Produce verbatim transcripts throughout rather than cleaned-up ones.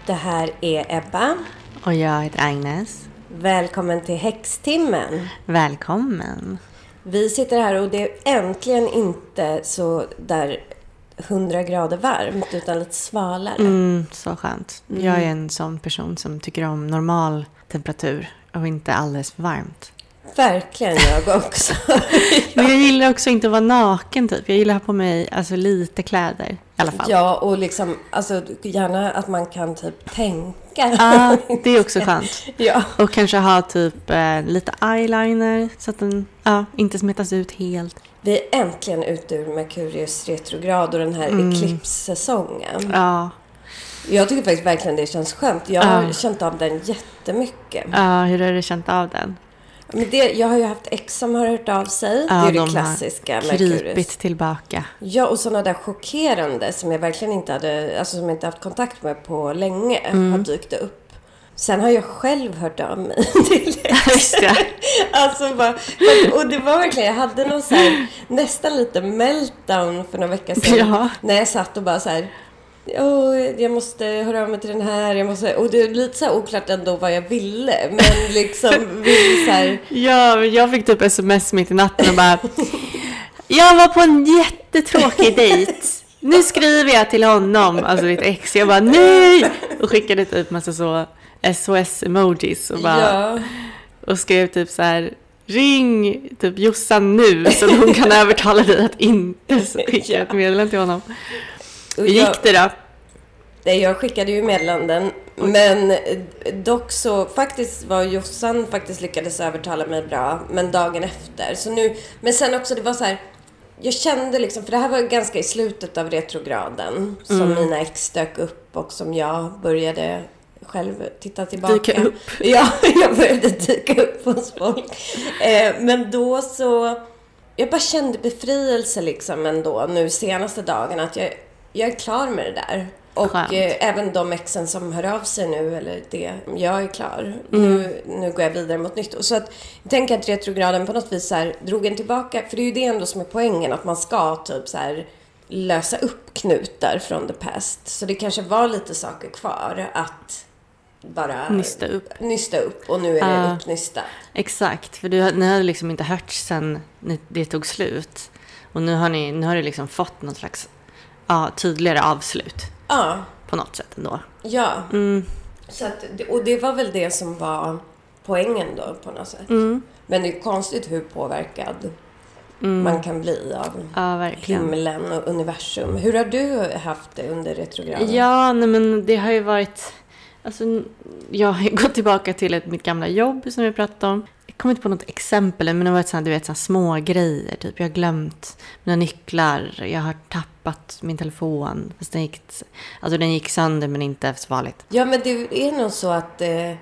Det här är Ebba. Och jag heter Agnes. Välkommen till Häxtimmen. Välkommen. Vi sitter här och det är äntligen inte så där hundra grader varmt utan lite svalare. Mm, så skönt. Mm. Jag är en sån person som tycker om normal temperatur och inte alldeles för varmt. Verkligen jag också. Men jag gillar också inte att vara naken typ. Jag gillar att ha på mig alltså, lite kläder i alla fall. Ja, och liksom alltså, gärna att man kan typ tänka. Ja, det är också skönt. Ja. Och kanske ha typ eh, lite eyeliner så att den ja, inte smittas ut helt. Vi är äntligen ute ur Merkurius retrograd och den här mm. eclipssäsongen. Ja. Jag tycker faktiskt verkligen det känns skönt. Jag har ja. känt av den jättemycket. Ja, hur har du känt av den? Men det, jag har ju haft ex som har hört av sig. Ja, det är de det klassiska Merkurius. Krypit tillbaka. Ja, och sådana där chockerande som jag verkligen inte hade, alltså som jag inte haft kontakt med på länge mm. har dykt upp. Sen har jag själv hört av mig till ex. Alltså bara, och det var verkligen, jag hade någon så här, nästan lite meltdown för några veckor sedan. Ja. När jag satt och bara så här, oh, jag måste höra av mig till den här. Jag måste, och det är lite så här oklart ändå vad jag ville. Men liksom vill så här. Ja, jag fick typ sms mitt i natten och bara jag var på en jättetråkig dejt. Nu skriver jag till honom, alltså ditt ex. Jag bara nej! Och skickade typ massa så S O S-emojis och bara ja. Och skrev typ så här ring typ Jossan nu så hon kan övertala dig att inte skicka ett meddelande till honom. Hur gick det då? Det, jag skickade ju meddelanden. Men dock så faktiskt var Jossan faktiskt lyckades övertala mig bra. Men dagen efter. Så nu, men sen också det var så här. Jag kände liksom, för det här var ganska i slutet av retrograden. Som mm. mina ex dök upp och som jag började själv titta tillbaka. Dyka upp. Ja, jag började dyka upp hos folk. Eh, men då så. Jag bara kände befrielse liksom ändå nu senaste dagen att jag Jag är klar med det där. Och eh, även de exen som hör av sig nu, eller det, jag är klar. Mm. Nu, nu går jag vidare mot nytt. Och så att, jag tänker att retrograden på något vis så här, drog en tillbaka. För det är ju det ändå som är poängen, att man ska typ så här, lösa upp knutar från the past. Så det kanske var lite saker kvar att bara nysta upp. Nysta upp och nu är det uh, uppnystat. Exakt, för du, ni hade liksom inte hört sen det tog slut. Och nu har ni, nu har du liksom fått någon slags ja, tydligare avslut. Ja. På något sätt ändå. Ja. Mm. Så att, och det var väl det som var poängen då på något sätt. Mm. Men det är konstigt hur påverkad mm. man kan bli av ja, himlen och universum. Hur har du haft det under retrograden? Ja, nej, men det har ju varit. Alltså, jag har gått tillbaka till ett, mitt gamla jobb som vi pratade om. Jag kommer inte på något exempel, men det har varit sådana, du vet, sådana små grejer. Typ jag har glömt mina nycklar. Jag har tappat min telefon. Fast den gick, alltså den gick sönder, men inte så farligt. Ja, men det är nog så att eh, eh,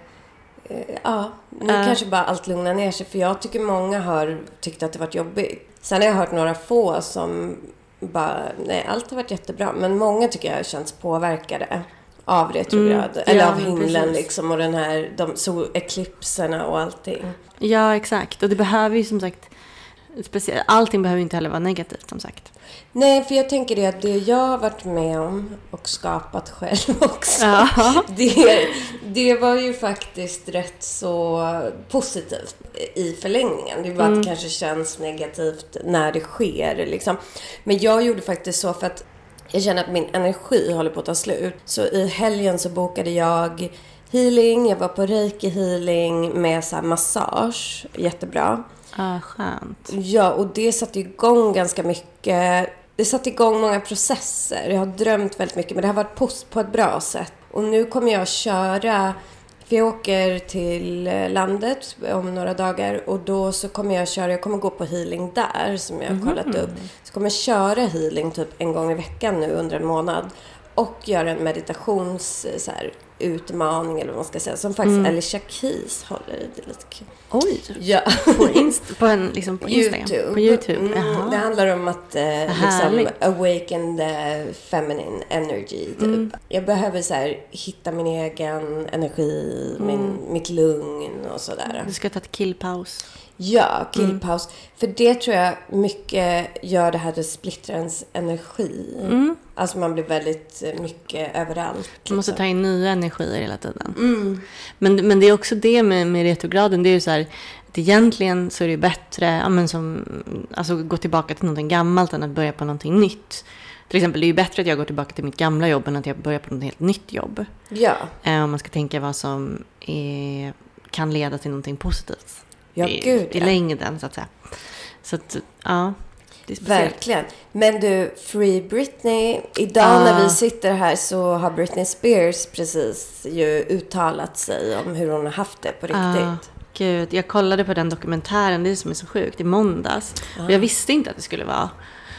ja, nu uh. kanske bara allt lugnar ner sig. För jag tycker många har tyckt att det varit jobbigt. Sen har jag hört några få som bara, nej, allt har varit jättebra. Men många tycker jag har känts påverkade av retrograd. Mm, eller ja, av himlen liksom. Och den här, de så eklipserna och allting. Ja, exakt. Och det behöver ju som sagt, speciellt, allting behöver ju inte heller vara negativt som sagt. Nej, för jag tänker det att det jag har varit med om och skapat själv också. Ja. Det, det var ju faktiskt rätt så positivt i förlängningen. Det var mm. att det kanske känns negativt när det sker liksom. Men jag gjorde faktiskt så för att jag känner att min energi håller på att ta slut. Så i helgen så bokade jag healing. Jag var på reiki healing med så här massage. Jättebra. Ah, skönt. Ja, och det satte igång ganska mycket. Det satte igång många processer. Jag har drömt väldigt mycket, men det har varit post på ett bra sätt. Och nu kommer jag köra. För jag åker till landet om några dagar. Och då så kommer jag köra, jag kommer gå på healing där som jag har kollat mm. upp. Så kommer jag köra healing typ en gång i veckan nu under en månad. Och göra en meditations så här, utmaning eller vad man ska säga. Som faktiskt mm. Alicia Keys håller i. Det lite kul. Oj, ja. på, inst- på, en, liksom på Instagram? YouTube. På YouTube. Mm, det handlar om att eh, liksom, awaken the feminine energy. Typ. Mm. Jag behöver så här, hitta min egen energi, mm. min, mitt lugn och sådär. Du ska ta ett killpaus. Ja, killpaus. Mm. För det tror jag mycket gör det här att splittrar ens energi. Mm. Alltså man blir väldigt mycket överallt. Liksom. Man måste ta in nya energier hela tiden. Mm. Men, men det är också det med, med retrograden. Det är ju så här, att egentligen så är det bättre ja, men som, alltså, gå tillbaka till någonting gammalt än att börja på någonting nytt. Till exempel, det är ju bättre att jag går tillbaka till mitt gamla jobb än att jag börjar på något helt nytt jobb. Ja. Eh, om man ska tänka vad som är, kan leda till någonting positivt. Ja, I, gud, i ja. längden, så att säga. Så att, ja, det är speciellt. Verkligen. Men du, Free Britney. Idag ah. när vi sitter här så har Britney Spears precis ju uttalat sig om hur hon har haft det på riktigt. Ah. Gud, jag kollade på den dokumentären, det är som är så sjukt, i måndags. Ah. Och jag visste inte att det skulle vara...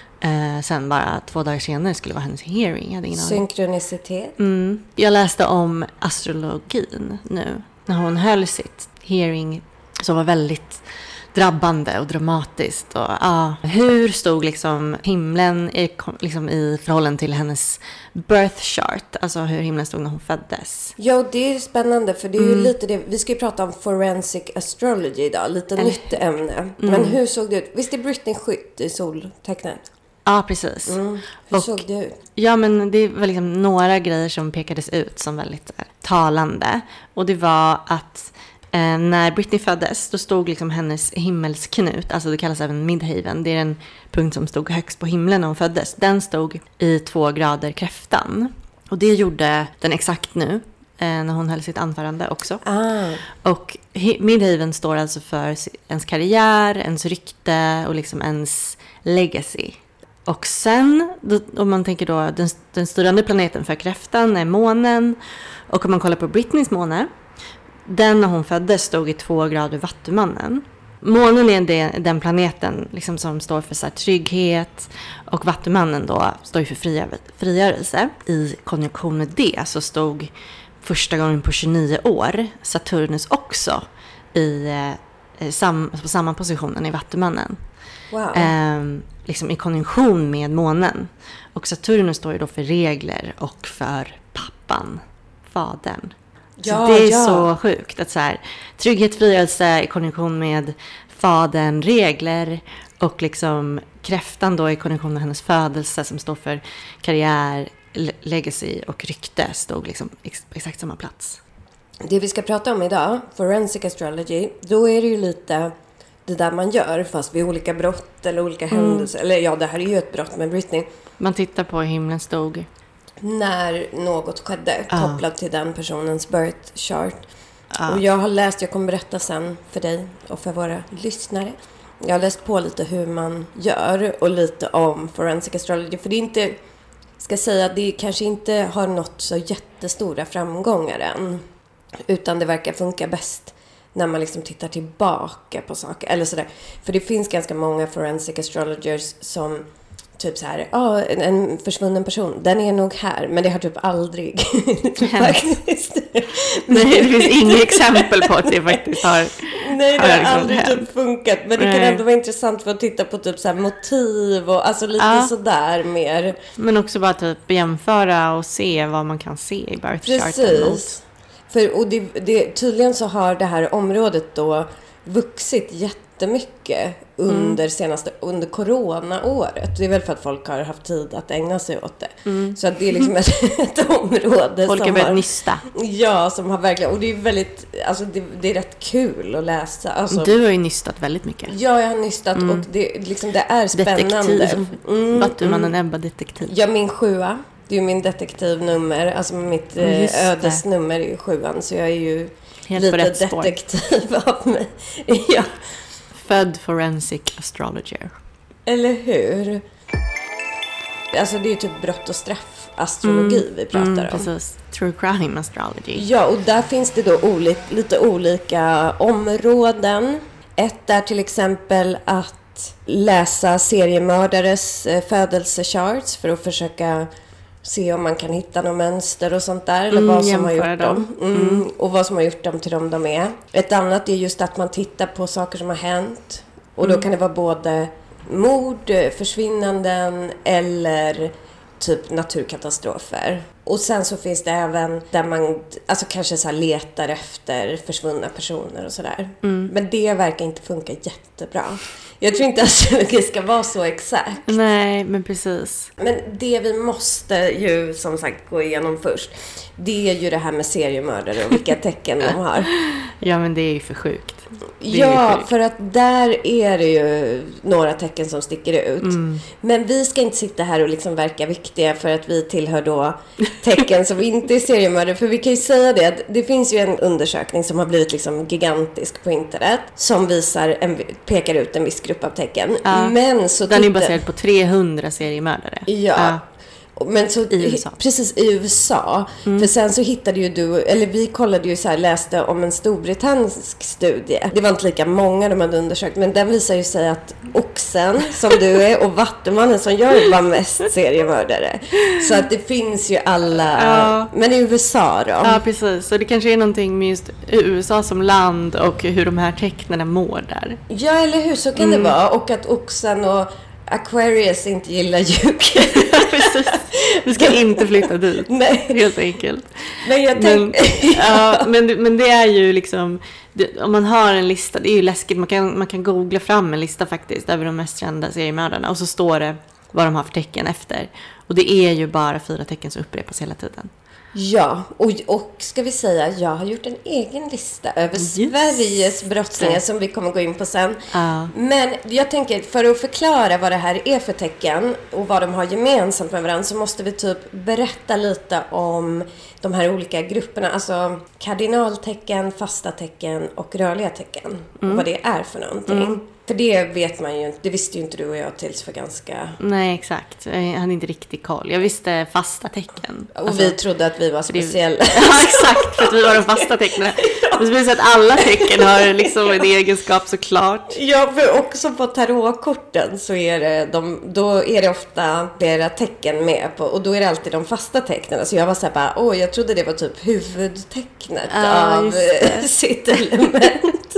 Eh, sen bara två dagar senare skulle vara hennes hearing. Jag hade ingen Synkronicitet. Mm. Jag läste om astrologin nu. När hon höll sitt hearing som var väldigt drabbande och dramatiskt. Och, ah, hur stod liksom himlen i, liksom i förhållande till hennes birth chart? Alltså hur himlen stod när hon föddes. Ja, det är spännande för det är ju mm. lite det. Vi ska ju prata om forensic astrology idag. Lite Eller, nytt ämne. Mm. Men hur såg det ut? Visst är Britney skytt i soltecknet? Ja, precis. Mm. Hur och, såg det ut? Ja, men det var liksom några grejer som pekades ut som väldigt äh, talande. Och det var att eh, när Britney föddes, då stod liksom hennes himmelsknut, alltså det kallas även midhaven, det är en punkt som stod högst på himlen när hon föddes. Den stod i två grader kräftan. Och det gjorde den exakt nu, eh, när hon höll sitt anförande också. Ah. Och he- midhaven står alltså för ens karriär, ens rykte och liksom ens legacy. Och sen, då, om man tänker då, den, den styrande planeten för kräftan är månen. Och om man kollar på Britneys måne, den när hon föddes stod i två grader vattumannen. Månen är det, den planeten liksom som står för så här, trygghet. Och vattumannen då står för fria, frigörelse. I konjunktion med det så stod första gången på tjugonio år Saturnus också i, eh, sam, på samma positionen i vattumannen. Wow. Eh, liksom i konjunktion med månen. Och Saturnus står ju då för regler och för pappan, fadern. Ja, så det är ja. så sjukt att så här, trygghet, frigörelse i konjunktion med fadern, regler och liksom kräftan då i konjunktion med hennes födelse som står för karriär, legacy och rykte stod liksom ex- exakt samma plats. Det vi ska prata om idag, forensic astrology, då är det ju lite det där man gör fast vid olika brott eller olika mm. händelser. Eller ja, det här är ju ett brott med Britney. Man tittar på hur himlen stod. När något skedde ah. kopplat till den personens birth chart. Ah. Och jag har läst, jag kommer berätta sen för dig och för våra lyssnare. Jag har läst på lite hur man gör och lite om forensic astrology. För det är inte, ska säga att det kanske inte har nått så jättestora framgångar än. Utan det verkar funka bäst när man liksom tittar tillbaka på saker. Eller sådär. För det finns ganska många forensic astrologers som typ så här, ja, ah, en, en försvunnen person, den är nog här, men det har typ aldrig faktiskt. Nej, det finns inga exempel på att det faktiskt har Nej, det har har liksom aldrig typ funkat, men det Nej. kan ändå vara intressant för att titta på typ så här motiv och alltså lite ja. sådär mer. Men också bara typ jämföra och se vad man kan se i birth charten. Precis. För, och det, det, tydligen så har det här området då vuxit jättemycket under mm. senaste, under coronaåret. Det är väl för att folk har haft tid att ägna sig åt det. Mm. Så att det är liksom ett, ett område folk som har har nysta. Ja, som har verkligen, och det är väldigt, alltså det, det är rätt kul att läsa. Alltså, du har ju nystat väldigt mycket. Ja, jag har nystat mm. och det, liksom, det är spännande. Detektiv. Mm, Vattumannen mm. Ebba detektiv. Ja, min sjua. Det är ju min detektivnummer, alltså mitt eh, ödesnummer är sjuan, så jag är ju helt lite detektiv av mig. Ja. Född forensic astrologer. Eller hur? Alltså det är ju typ brott och straff astrologi mm. vi pratar mm, om. Precis. True crime astrology. Ja, och där finns det då olik, lite olika områden. Ett är till exempel att läsa seriemördares eh, födelsecharts för att försöka se om man kan hitta något mönster och sånt där. Eller mm, vad som har gjort dem. dem. Mm, mm. Och vad som har gjort dem till dem de är. Ett annat är just att man tittar på saker som har hänt. Och då mm. kan det vara både mord, försvinnanden eller typ naturkatastrofer. Och sen så finns det även där man alltså kanske så här letar efter försvunna personer och sådär. Mm. Men det verkar inte funka jättebra. Jag tror inte att det ska vara så exakt. Nej, men precis. Men det vi måste ju som sagt gå igenom först, det är ju det här med seriemördare och vilka tecken de har. Ja, men det är ju för sjukt. Ja, sjukt. För att där är det ju några tecken som sticker ut. Mm. Men vi ska inte sitta här och liksom verka viktiga för att vi tillhör då tecken som inte är seriemördare. För vi kan ju säga det, att det finns ju en undersökning som har blivit liksom gigantisk på internet som visar en, pekar ut en viss grupp av tecken. Ja. Men så den är baserad på trehundra seriemördare. Ja. Ja. Men så, I U S A. Precis, i U S A. Mm. För sen så hittade ju du, eller vi kollade ju så här, läste om en storbritannisk studie. Det var inte lika många de hade undersökt, men den visar ju sig att Oxen, som du är, och Vattumannen som jag var mest seriemördare. Så att det finns ju alla, ja. Men i U S A då? Ja, precis. Så det kanske är någonting med just U S A som land och hur de här tecknarna mår där. Ja, eller hur? Så kan mm. det vara. Och att Oxen och Aquarius inte gillar ljug. Precis. Du ska inte flytta dit. Nej. Helt enkelt. Men jag tänk... men, ja, men, men det är ju liksom det, om man har en lista, det är ju läskigt. Man kan, man kan googla fram en lista faktiskt över de mest kända seriemördarna. Och så står det vad de har för tecken efter. Och det är ju bara fyra tecken som upprepas hela tiden. Ja, och, och ska vi säga, jag har gjort en egen lista över Just Sveriges brottslingar det. Som vi kommer gå in på sen. Uh. Men jag tänker, för att förklara vad det här är för tecken och vad de har gemensamt med varandra, så måste vi typ berätta lite om de här olika grupperna. Alltså kardinaltecken, fasta tecken och rörliga tecken. Mm. Och vad det är för någonting. Mm. För det vet man ju inte, det visste ju inte du och jag tills för ganska... Nej, exakt. Jag hade inte riktigt koll. Jag visste fasta tecken. Och alltså, vi trodde att vi var speciella. Det... Ja, exakt, för att vi var de fasta tecknen. Och så visar att alla tecken har liksom en egenskap såklart. Ja, för också på tarotkorten så är det, de, då är det ofta flera tecken med på. Och då är det alltid de fasta tecknen. Så jag var så här bara, åh, jag trodde det var typ huvudtecknet ja, av sitt element.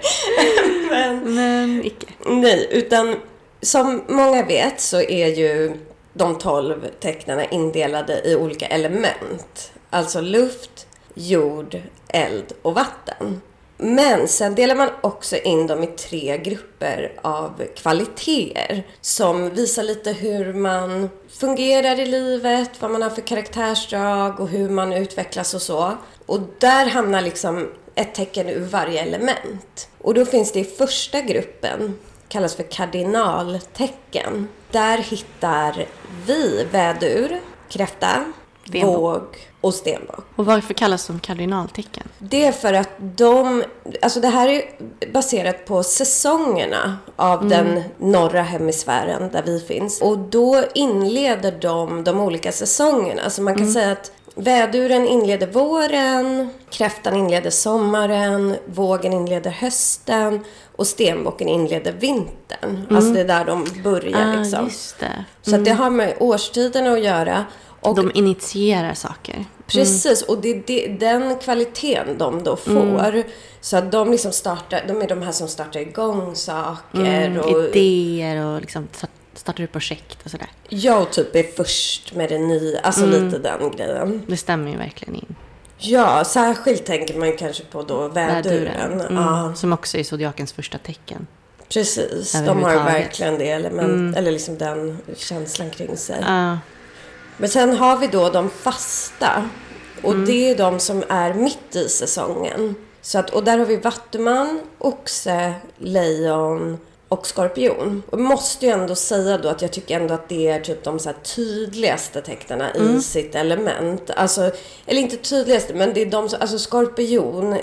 Men, Men icke. Nej, utan som många vet så är ju de tolv tecknarna indelade i olika element. Alltså luft, jord, eld och vatten. Men sen delar man också in dem i tre grupper av kvaliteter som visar lite hur man fungerar i livet, vad man har för karaktärsdrag och hur man utvecklas och så. Och där hamnar liksom ett tecken ur varje element. Och då finns det i första gruppen, kallas för kardinaltecken. Där hittar vi vädur, kräfta, stenbock. Våg och stenbock. Och varför kallas de kardinaltecken? Det är för att de, alltså det här är baserat på säsongerna av mm. den norra hemisfären där vi finns. Och då inleder de de olika säsongerna. Alltså man kan mm. säga att väduren inleder våren, kräftan inleder sommaren, vågen inleder hösten och stenbocken inleder vintern. Mm. Alltså det är där de börjar ah, liksom. Just det. Mm. Så att det har med årstiderna att göra. Och de initierar saker. Precis, mm. och det är det, den kvaliteten de då får. Mm. Så att de liksom startar, de är de här som startar igång saker. Mm, och idéer och liksom startar upp projekt och sådär. Jag typ är först med det nya, alltså mm. lite den grejen. Det stämmer ju verkligen in. Ja, särskilt tänker man kanske på då väduren. Mm. Ja. Som också är zodiakens första tecken. Precis, de har verkligen det element, mm. eller liksom den känslan kring sig. Ja. Men sen har vi då de fasta. Och mm. det är de som är mitt i säsongen. Så att, och där har vi vattuman, oxe, lejon och skorpion. Och måste ju ändå säga då att jag tycker ändå att det är typ de så här tydligaste tecknarna mm. i sitt element. Alltså, eller inte tydligaste, men det är de som, alltså skorpion,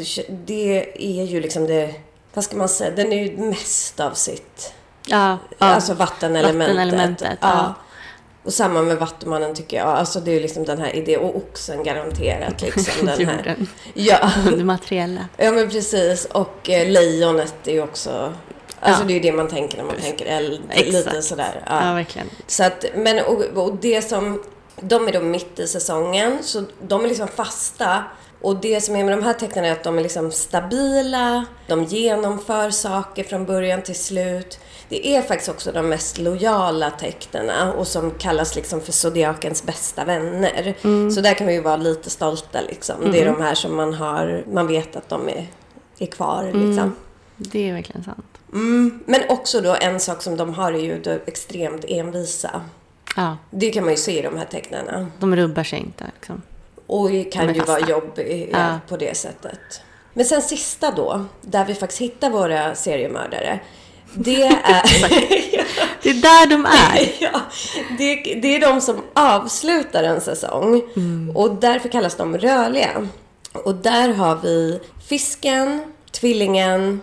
det är ju liksom det, vad ska man säga, den är ju mest av sitt, ja, ja. alltså vattenelementet. vattenelementet ja. ja. Och samma med vattumannen tycker jag. Alltså det är ju liksom den här idén. Och oxen garanterat liksom den här. Jorden. Ja. Det materiella. Ja men precis. Och eh, lejonet är ju också. Alltså ja. Det är ju det man tänker när man tänker eld. Exakt. Lite sådär. Ja, ja verkligen. Så att, men och, och det som. De är då mitt i säsongen. Så de är liksom fasta. Och det som är med de här tecknen är att de är liksom stabila, de genomför saker från början till slut. Det är faktiskt också de mest lojala tecknena och som kallas liksom för zodiakens bästa vänner. Mm. Så där kan vi ju vara lite stolta liksom. Mm. Det är de här som man har, man vet att de är, är kvar liksom. Mm. Det är verkligen sant. Mm. Men också då en sak som de har är ju då extremt envisa. Ja. Det kan man ju se i de här tecknena. De rubbar sig inte liksom. Och kan ju vara jobbig ja. på det sättet. Men sen sista då, där vi faktiskt hittar våra seriemördare. Det är... det är där de är. ja, det, det är de som avslutar en säsong. Mm. Och därför kallas de rörliga. Och där har vi fisken, tvillingen,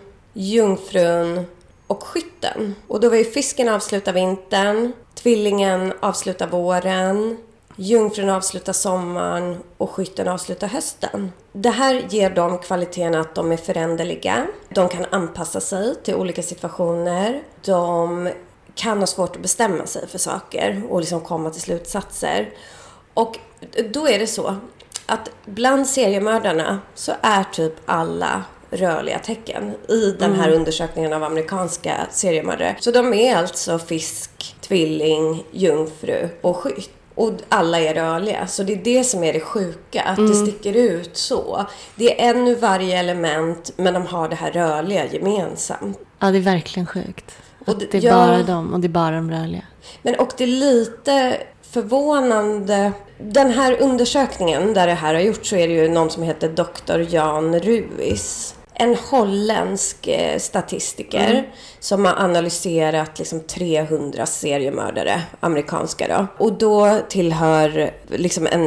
jungfrun och skytten. Och då var ju fisken avslutar vintern, tvillingen avslutar våren, jungfrun avslutar sommaren och skytten avslutar hösten. Det här ger dem kvaliteten att de är föränderliga. De kan anpassa sig till olika situationer. De kan ha svårt att bestämma sig för saker och liksom komma till slutsatser. Och då är det så att bland seriemördarna så är typ alla rörliga tecken i den här mm. undersökningen av amerikanska seriemördare. Så de är alltså fisk, tvilling, jungfru och skytt. Och alla är rörliga. Så det är det som är det sjuka. Att mm. det sticker ut så. Det är en ur varje element. Men de har det här rörliga gemensamt. Ja, det är verkligen sjukt. Att det, det är ja, bara dem och det är bara de rörliga. Men och det är lite förvånande. Den här undersökningen där det här har gjorts så är det ju någon som heter doktor Jan Ruiz. En holländsk statistiker mm. som har analyserat liksom trehundra seriemördare, amerikanska då. Och då tillhör liksom en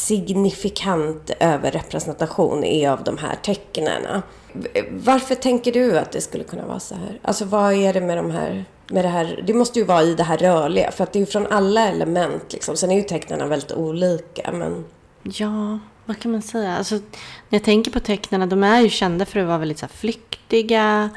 signifikant överrepresentation är av de här tecknena. Varför tänker du att det skulle kunna vara så här? Alltså vad är det med de här... Med det, här, det måste ju vara i det här rörliga. För att det är ju från alla element. Liksom. Sen är ju tecknarna väldigt olika. Men... Ja, vad kan man säga? Alltså, när jag tänker på tecknarna, de är ju kända för att vara väldigt så här, flyktiga.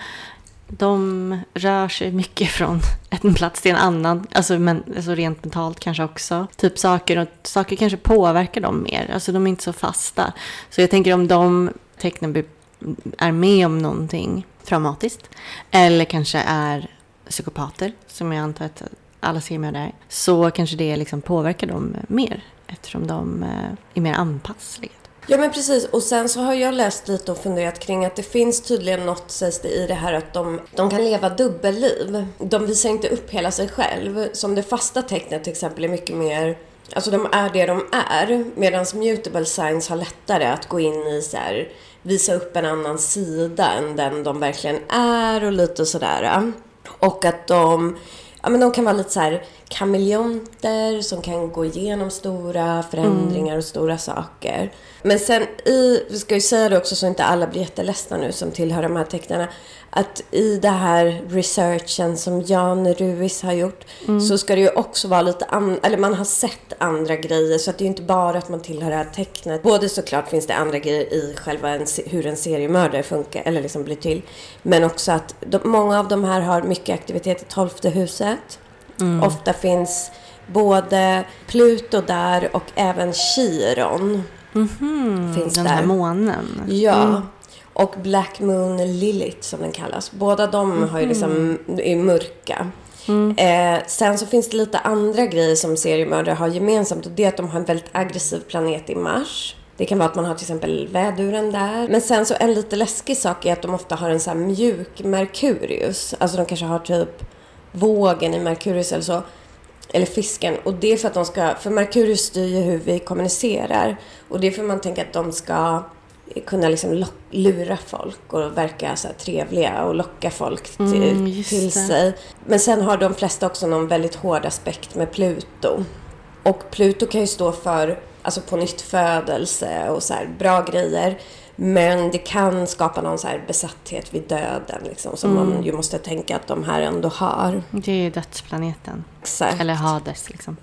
De rör sig mycket från en plats till en annan. Alltså, men, alltså rent mentalt kanske också. Typ saker, och saker kanske påverkar dem mer. Alltså de är inte så fasta. Så jag tänker om de tecknen är med om någonting traumatiskt. Eller kanske är... psykopater, som jag antar att alla seriemördare är, så kanske det liksom påverkar dem mer eftersom de är mer anpassliga. Ja men precis, och sen så har jag läst lite och funderat kring att det finns tydligen något, sägs det, i det här att de, de kan leva dubbelliv. De visar inte upp hela sig själv. Som det fasta tecknet till exempel är mycket mer, alltså de är det de är, medan mutable signs har lättare att gå in i så här, visa upp en annan sida än den de verkligen är och lite sådär. Och att de, ja, men de kan vara lite så här kameleonter som kan gå igenom stora förändringar och stora saker. Men sen i, vi ska ju säga det också så inte alla blir jätteledsna nu som tillhör de här tecknarna, att i det här researchen som Jan Ruiz har gjort mm. så ska det ju också vara lite an, eller man har sett andra grejer, så att det är ju inte bara att man tillhör det här tecknet. Både såklart finns det andra grejer i själva en, hur en seriemördare funkar eller liksom blir till, men också att de, många av de här har mycket aktivitet i tolfte huset. Mm. Ofta finns både Pluto där och även Chiron. Mm-hmm. Finns den där. Här månen. Ja. Mm. Och Black Moon Lilith som den kallas. Båda de mm-hmm. har ju liksom, är mörka. Mm. Eh, sen så finns det lite andra grejer som seriemördare har gemensamt. Och det är att de har en väldigt aggressiv planet i Mars. Det kan vara att man har till exempel väduren där. Men sen så en lite läskig sak är att de ofta har en så här mjuk Merkurius. Alltså de kanske har typ vågen i Merkurius eller så. Eller fisken. Och det är för att de ska... För Merkurius styr ju hur vi kommunicerar. Och det är för att man tänker att de ska kunna liksom lock, lura folk och verka så här trevliga och locka folk till, mm, till sig. Men sen har de flesta också någon väldigt hård aspekt med Pluto. Och Pluto kan ju stå för alltså på nytt födelse och så här bra grejer. Men det kan skapa någon så här besatthet vid döden liksom, som mm. man ju måste tänka att de här ändå har. Det är dödsplaneten. Exakt. Eller Hades liksom.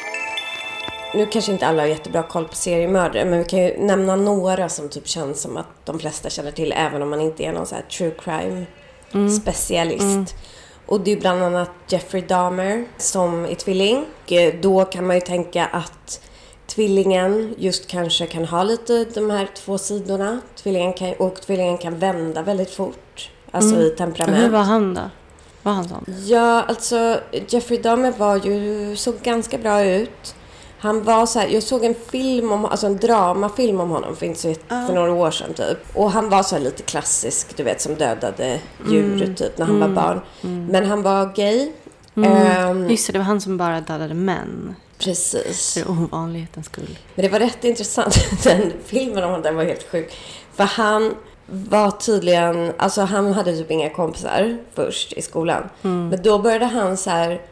Nu kanske inte alla har jättebra koll på seriemördare, men vi kan ju nämna några som typ känns som att de flesta känner till, även om man inte är någon så här true crime mm. specialist. Mm. Och det är bland annat Jeffrey Dahmer som är tvilling. Då kan man ju tänka att tvillingen just kanske kan ha lite de här två sidorna. Tvillingen kan, och tvillingen kan vända väldigt fort. Alltså mm. i temperament. Och hur var han då? Var han sån? Ja, alltså Jeffrey Dahmer var ju, såg ganska bra ut. Han var så här, jag såg en film om, alltså en dramafilm om honom för, inte så, uh. för några år sedan typ. Och han var så här lite klassisk, du vet, som dödade djur mm. typ när han mm. var barn. Mm. Men han var gay. Mm. Um, Just det, det var han som bara dödade män. Precis. För ovanlighetens skull. Men det var rätt intressant. Den filmen om den var helt sjuk. För han var tydligen, alltså han hade typ inga kompisar först i skolan. Mm. Men då började han så här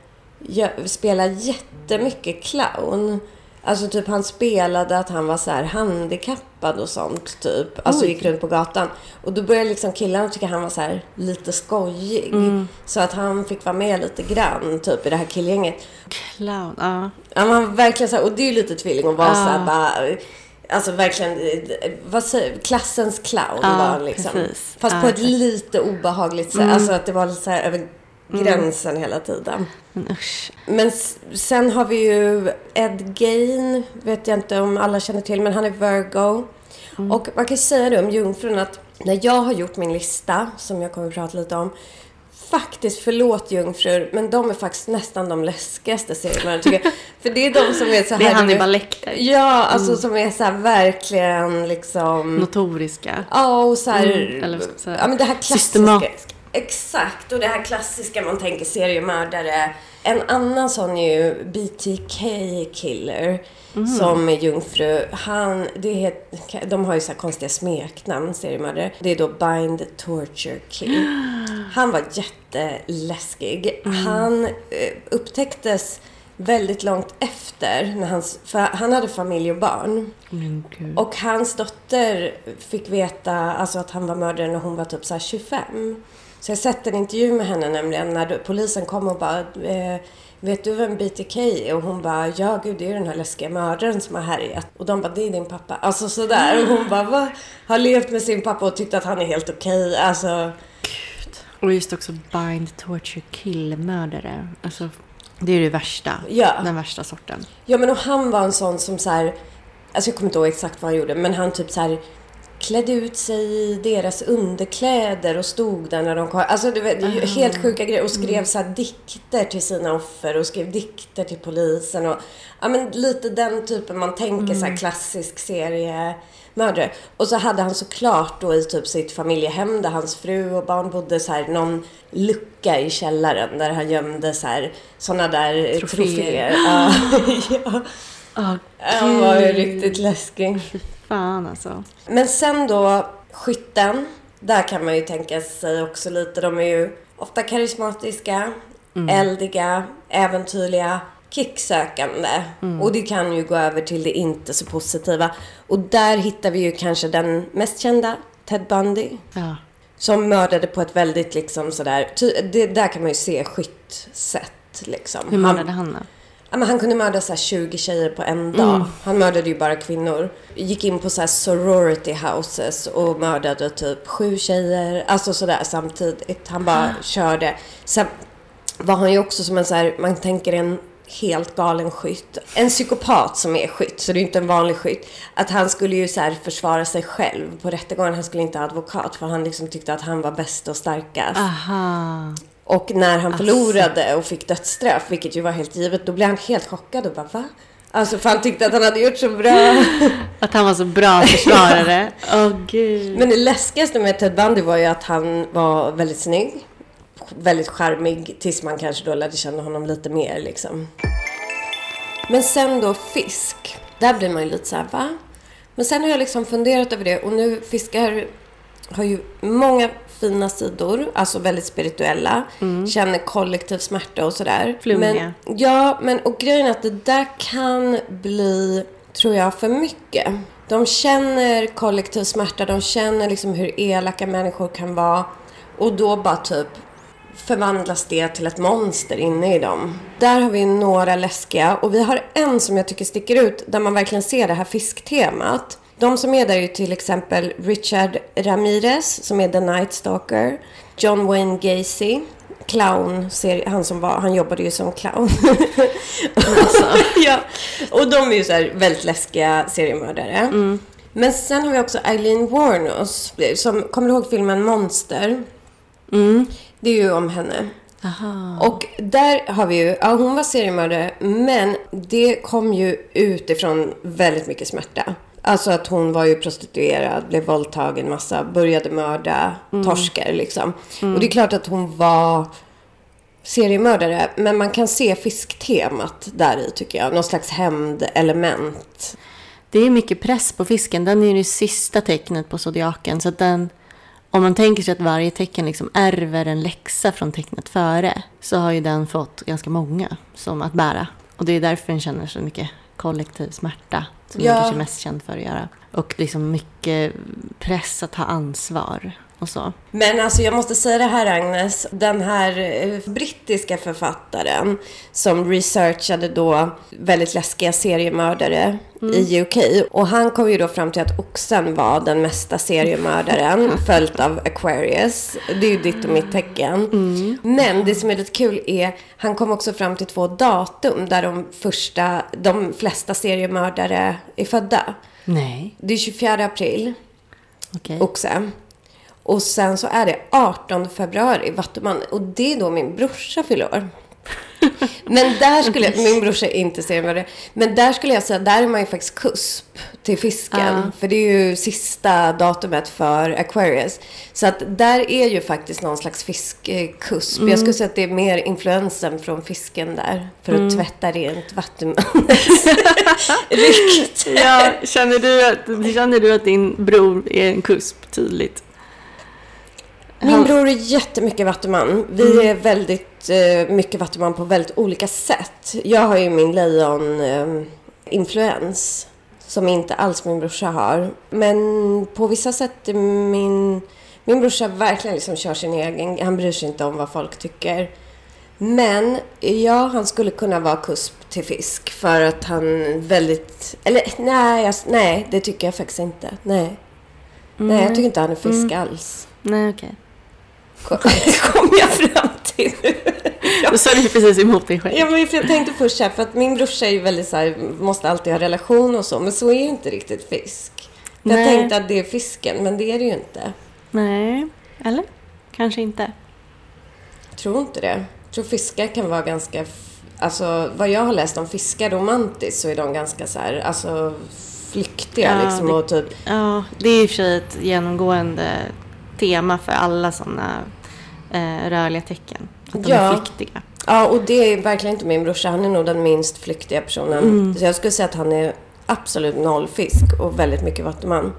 spela jättemycket clown. Alltså typ han spelade att han var så här handikappad och sånt typ. Alltså Oj. gick runt på gatan. Och då började liksom killarna tycka han var så här lite skojig. Mm. Så att han fick vara med lite grann typ i det här killgänget. Clown, ja. Ja, man verkligen så här, och det är ju lite tvilling och var uh. så här bara, alltså verkligen, vad säger, klassens clown uh, var liksom. Precis. Fast uh, på ett lite obehagligt sätt. Mm. Alltså att det var lite så här över gränsen mm. hela tiden. Mm, usch. Men sen har vi ju Ed Gein, vet jag inte om alla känner till, men han är Virgo. Mm. Och man kan säga det om jungfrun att när jag har gjort min lista, som jag kommer att prata lite om, faktiskt, förlåt jungfrur, men de är faktiskt nästan de läskigaste serierna, tycker jag. För det är de som är så här... Det är Hannibal Lecter. Ja, alltså mm. som är så här verkligen liksom... Notoriska. Ja, och så här... Mm. Eller så här... Ja, men det här klassiska... Systemat. Exakt, och det här klassiska man tänker seriemördare. En annan sån är ju B T K Killer mm. som är jungfru. Han, det heter, de har ju så här konstiga smeknamn, seriemördare. Det är då Bind, Torture, Kill. Han var jätteläskig. Mm. Han eh, upptäcktes väldigt långt efter när hans, för han hade familj och barn. Mm, och hans dotter fick veta alltså att han var mördare när hon var typ så här tjugofem. Så jag sett en intervju med henne nämligen när polisen kom och bara, eh, vet du vem B T K är? Och hon bara, ja gud, det är den här läskiga mördaren som har härjat. Och de bara, det är din pappa. Alltså sådär. Och hon bara, va? Har levt med sin pappa och tyckte att han är helt okej. Alltså... Gud. Och just också Bind, Torture, Kill, mördare. Alltså, det är det värsta. Ja. Den värsta sorten. Ja, men och han var en sån som så här, alltså jag kommer inte ihåg exakt vad han gjorde, men han typ så här klädde ut sig i deras underkläder och stod där när de kom. Alltså det var uh-huh. helt sjuka grejer. Och skrev så här dikter till sina offer och skrev dikter till polisen. Och, ja, men lite den typen man tänker mm. så här klassisk seriemördare. Och så hade han såklart då i typ sitt familjehem där hans fru och barn bodde så här någon lucka i källaren där han gömde så här såna där troféer. troféer. Ja. ja. Oh, han var ju riktigt läskig. Fan alltså. Men sen då skytten, där kan man ju tänka sig också lite, de är ju ofta karismatiska, mm. eldiga, äventyrliga, kicksökande. Mm. Och det kan ju gå över till det inte så positiva. Och där hittar vi ju kanske den mest kända, Ted Bundy. Ja. Som mördade på ett väldigt liksom sådär, det, där kan man ju se skyttsätt liksom. Hur mördade han då? Ja, men han kunde mörda så här tjugo tjejer på en dag. Mm. Han mördade ju bara kvinnor. Gick in på så här sorority houses och mördade typ sju tjejer. Alltså sådär samtidigt. Han bara körde. Sen var han ju också som en så här, man tänker en helt galen skytt. En psykopat som är skytt, så det är inte en vanlig skytt. Att han skulle ju så här försvara sig själv på rättegången. Han skulle inte ha advokat för han liksom tyckte att han var bäst och starkast. Aha. Och när han förlorade och fick dödsstraff, vilket ju var helt givet, då blev han helt chockad och bara, va? Alltså för han tyckte att han hade gjort så bra. Att han var så bra försvarare. Åh oh, gud. Men det läskigaste med Ted Bundy var ju att han var väldigt snygg. Väldigt charmig, tills man kanske då lärde känna honom lite mer liksom. Men sen då fisk. Där blir man ju lite så här, va? Men sen har jag liksom funderat över det. Och nu fiskar har ju många fina sidor, alltså väldigt spirituella, mm. känner kollektiv smärta och sådär. Flummiga. Men, ja, men och grejen är att det där kan bli, tror jag, för mycket. De känner kollektiv smärta, de känner liksom hur elaka människor kan vara, och då bara typ förvandlas det till ett monster inne i dem. Där har vi några läskiga, och vi har en som jag tycker sticker ut, där man verkligen ser det här fisktemat. De som är där är ju till exempel Richard Ramirez, som är The Night Stalker, John Wayne Gacy, clown, han som var, han jobbade ju som clown. Alltså. Ja. Och de är ju så här väldigt läskiga seriemördare. Mm. Men sen har vi också Eileen Wuornos, som kommer ihåg filmen Monster. Mm. Det är ju om henne. Aha. Och där har vi ju, ja, hon var seriemördare, men det kom ju utifrån väldigt mycket smärta. Alltså att hon var ju prostituerad, blev våldtagen massa, började mörda mm. torskar liksom. Mm. Och det är klart att hon var seriemördare, men man kan se fisktemat där i, tycker jag. Någon slags hämndelement. Det är mycket press på fisken. Den är ju det sista tecknet på zodiaken. Så att den, om man tänker sig att varje tecken liksom ärver en läxa från tecknet före, så har ju den fått ganska många som att bära. Och det är därför den känner så mycket kollektiv smärta, som ja. den kanske är mest känd för att göra. Och liksom mycket press att ha ansvar och så. Men alltså jag måste säga det här, Agnes, den här eh, brittiska författaren som researchade då väldigt läskiga seriemördare mm. i U K, och han kom ju då fram till att oxen var den mesta seriemördaren följt av Aquarius. Det är ju ditt och mitt tecken. Mm. Men det som är lite kul är, han kom också fram till två datum där de första, de flesta seriemördare är födda. Nej. Det är tjugofjärde april. Okay. Oxe. Och sen så är det artonde februari, Vattuman. Och det är då min brorsa fyller år. Men där skulle jag, min brorsa är inte seriemördare, men där skulle jag säga, där är man ju faktiskt kusp till fisken. Uh. För det är ju sista datumet för Aquarius. Så att där är ju faktiskt någon slags fiskkusp. Mm. Jag skulle säga att det är mer influensen från fisken där. För att mm. tvätta rent Vattumans rykte. Ja, känner du, att, känner du att din bror är en kusp tydligt? Min bror är jättemycket vattuman. Vi mm. är väldigt eh, mycket vattuman på väldigt olika sätt. Jag har ju min lejon-influens eh, som inte alls min brorsa har. Men på vissa sätt är min, min brorsa verkligen liksom kör sin egen. Han bryr sig inte om vad folk tycker. Men ja, han skulle kunna vara kusp till fisk. För att han väldigt... Eller nej, jag, nej det tycker jag faktiskt inte. Nej, mm. nej jag tycker inte han är fisk mm. alls. Nej, okej. Okay. Kom jag fram till. Då sa du precis emot dig själv. Ja, men jag tänkte först här, för att min brorsa är ju väldigt så här, måste alltid ha relation och så, men så är ju inte riktigt fisk. Jag tänkte att det är fisken, men det är det ju inte. Nej, eller? Kanske inte. Jag tror inte det. Jag tror fiskar kan vara ganska, alltså vad jag har läst om fiskar romantiskt, så är de ganska så här, alltså flyktiga ja, liksom, det, och typ. Ja, det är i och för sig ett genomgående tema för alla sådana eh, rörliga tecken. Att de ja. är flyktiga. Ja, och det är verkligen inte min brorsa. Han är nog den minst flyktiga personen. Mm. Så jag skulle säga att han är absolut noll fisk och väldigt mycket vattuman.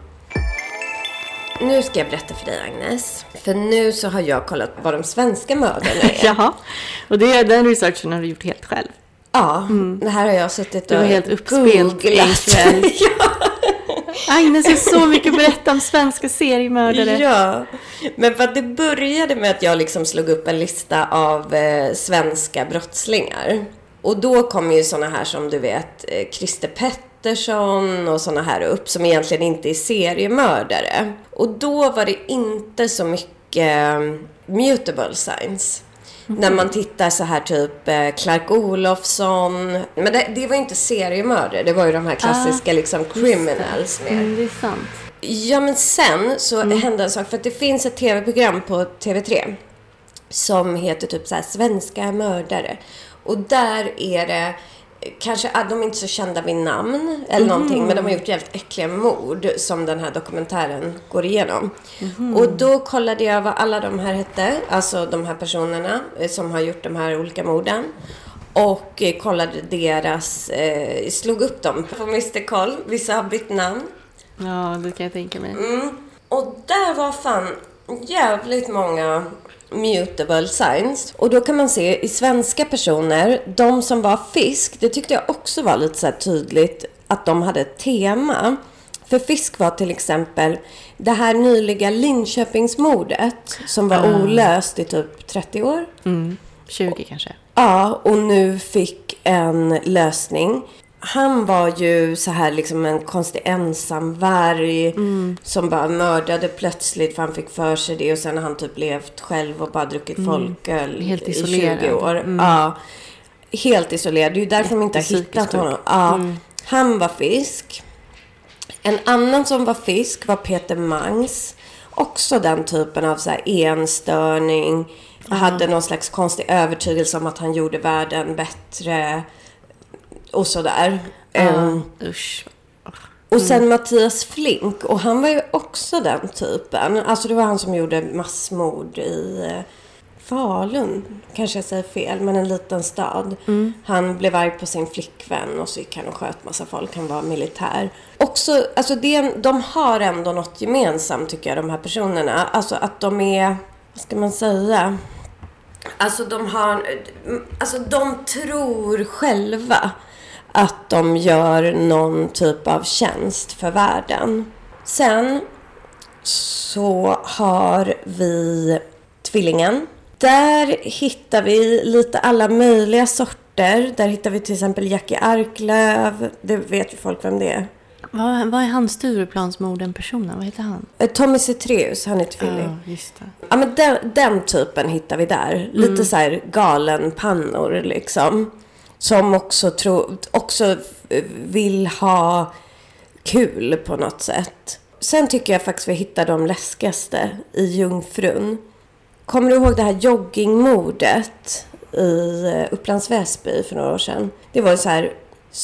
Nu ska jag berätta för dig, Agnes. För nu så har jag kollat vad de svenska mördarna är. Jaha, och det är den researchen har du gjort helt själv. Ja, mm. det här har jag suttit och du var helt uppspelt en kväll. Ja. Agnes har så mycket att berätta om svenska seriemördare. Ja, men för att det började med att jag liksom slog upp en lista av eh, svenska brottslingar. Och då kom ju såna här som du vet, eh, Christer Pettersson och såna här upp som egentligen inte är seriemördare. Och då var det inte så mycket eh, mutable signs. Mm. När man tittar så här typ eh, Clark Olofsson. Men det, det var inte seriemördare. Det var ju de här klassiska ah, liksom criminals med. Mm, det är sant. Ja, men sen så mm. hände en sak. För att det finns ett tv-program på T V tre som heter typ så här Svenska mördare. Och där är det kanske, de är inte så kända vid namn eller mm. någonting, men de har gjort jävligt äckliga mord som den här dokumentären går igenom. Mm. Och då kollade jag vad alla de här hette, alltså de här personerna som har gjort de här olika morden. Och kollade deras, eh, slog upp dem på mister Koll. Vissa har bytt namn. Ja, det kan jag tänka mig. Mm. Och där var fan jävligt många mutable signs. Och då kan man se i svenska personer, de som var fisk, det tyckte jag också var lite så här tydligt att de hade ett tema. För fisk var till exempel det här nyliga Linköpingsmordet som var mm. olöst i typ trettio år. Mm. tjugo kanske. Ja, och nu fick en lösning. han var ju så här liksom en konstig ensamvarg Mm. som bara mördade plötsligt för han fick för sig det. Och sen har han typ levt själv och bara druckit Mm. folköl Helt i isolerad. tjugo år. Mm. Ja, helt isolerad. Det är ju därför de inte har Jättepsykiskt hittat honom. sjuk. Ja, Mm. han var fisk. En annan som var fisk var Peter Mangs. Också den typen av så här enstörning. Hade någon slags konstig övertygelse om att han gjorde världen bättre. Och sådär. Ja, Um, usch. och sen Mattias Flink. Och han var ju också den typen. Alltså det var han som gjorde massmord i eh, Falun. Kanske jag säger fel, men en liten stad. Mm. Han blev arg på sin flickvän och så gick han och sköt massa folk. Han var militär. Också, alltså det, de har ändå något gemensamt tycker jag, de här personerna. Alltså att de är, vad ska man säga? Alltså de har, alltså de tror själva att de gör någon typ av tjänst för världen. Sen så har vi Tvillingen. Där hittar vi lite alla möjliga sorter. Där hittar vi till exempel Jackie Arklöv. Det vet ju folk vem det är. Vad, vad är han Stureplansmorden-personen? Vad heter han? Eh, Tommy Cetreus, han är tvilling. Ja, just det. Ja, men den, den typen hittar vi där. Lite Mm. så här galenpannor liksom. Som också, tro, också vill ha kul på något sätt. Sen tycker jag faktiskt vi hittar de läskigaste i Jungfrun. Kommer du ihåg det här joggingmordet i Upplands Väsby för några år sedan? Det var ju så här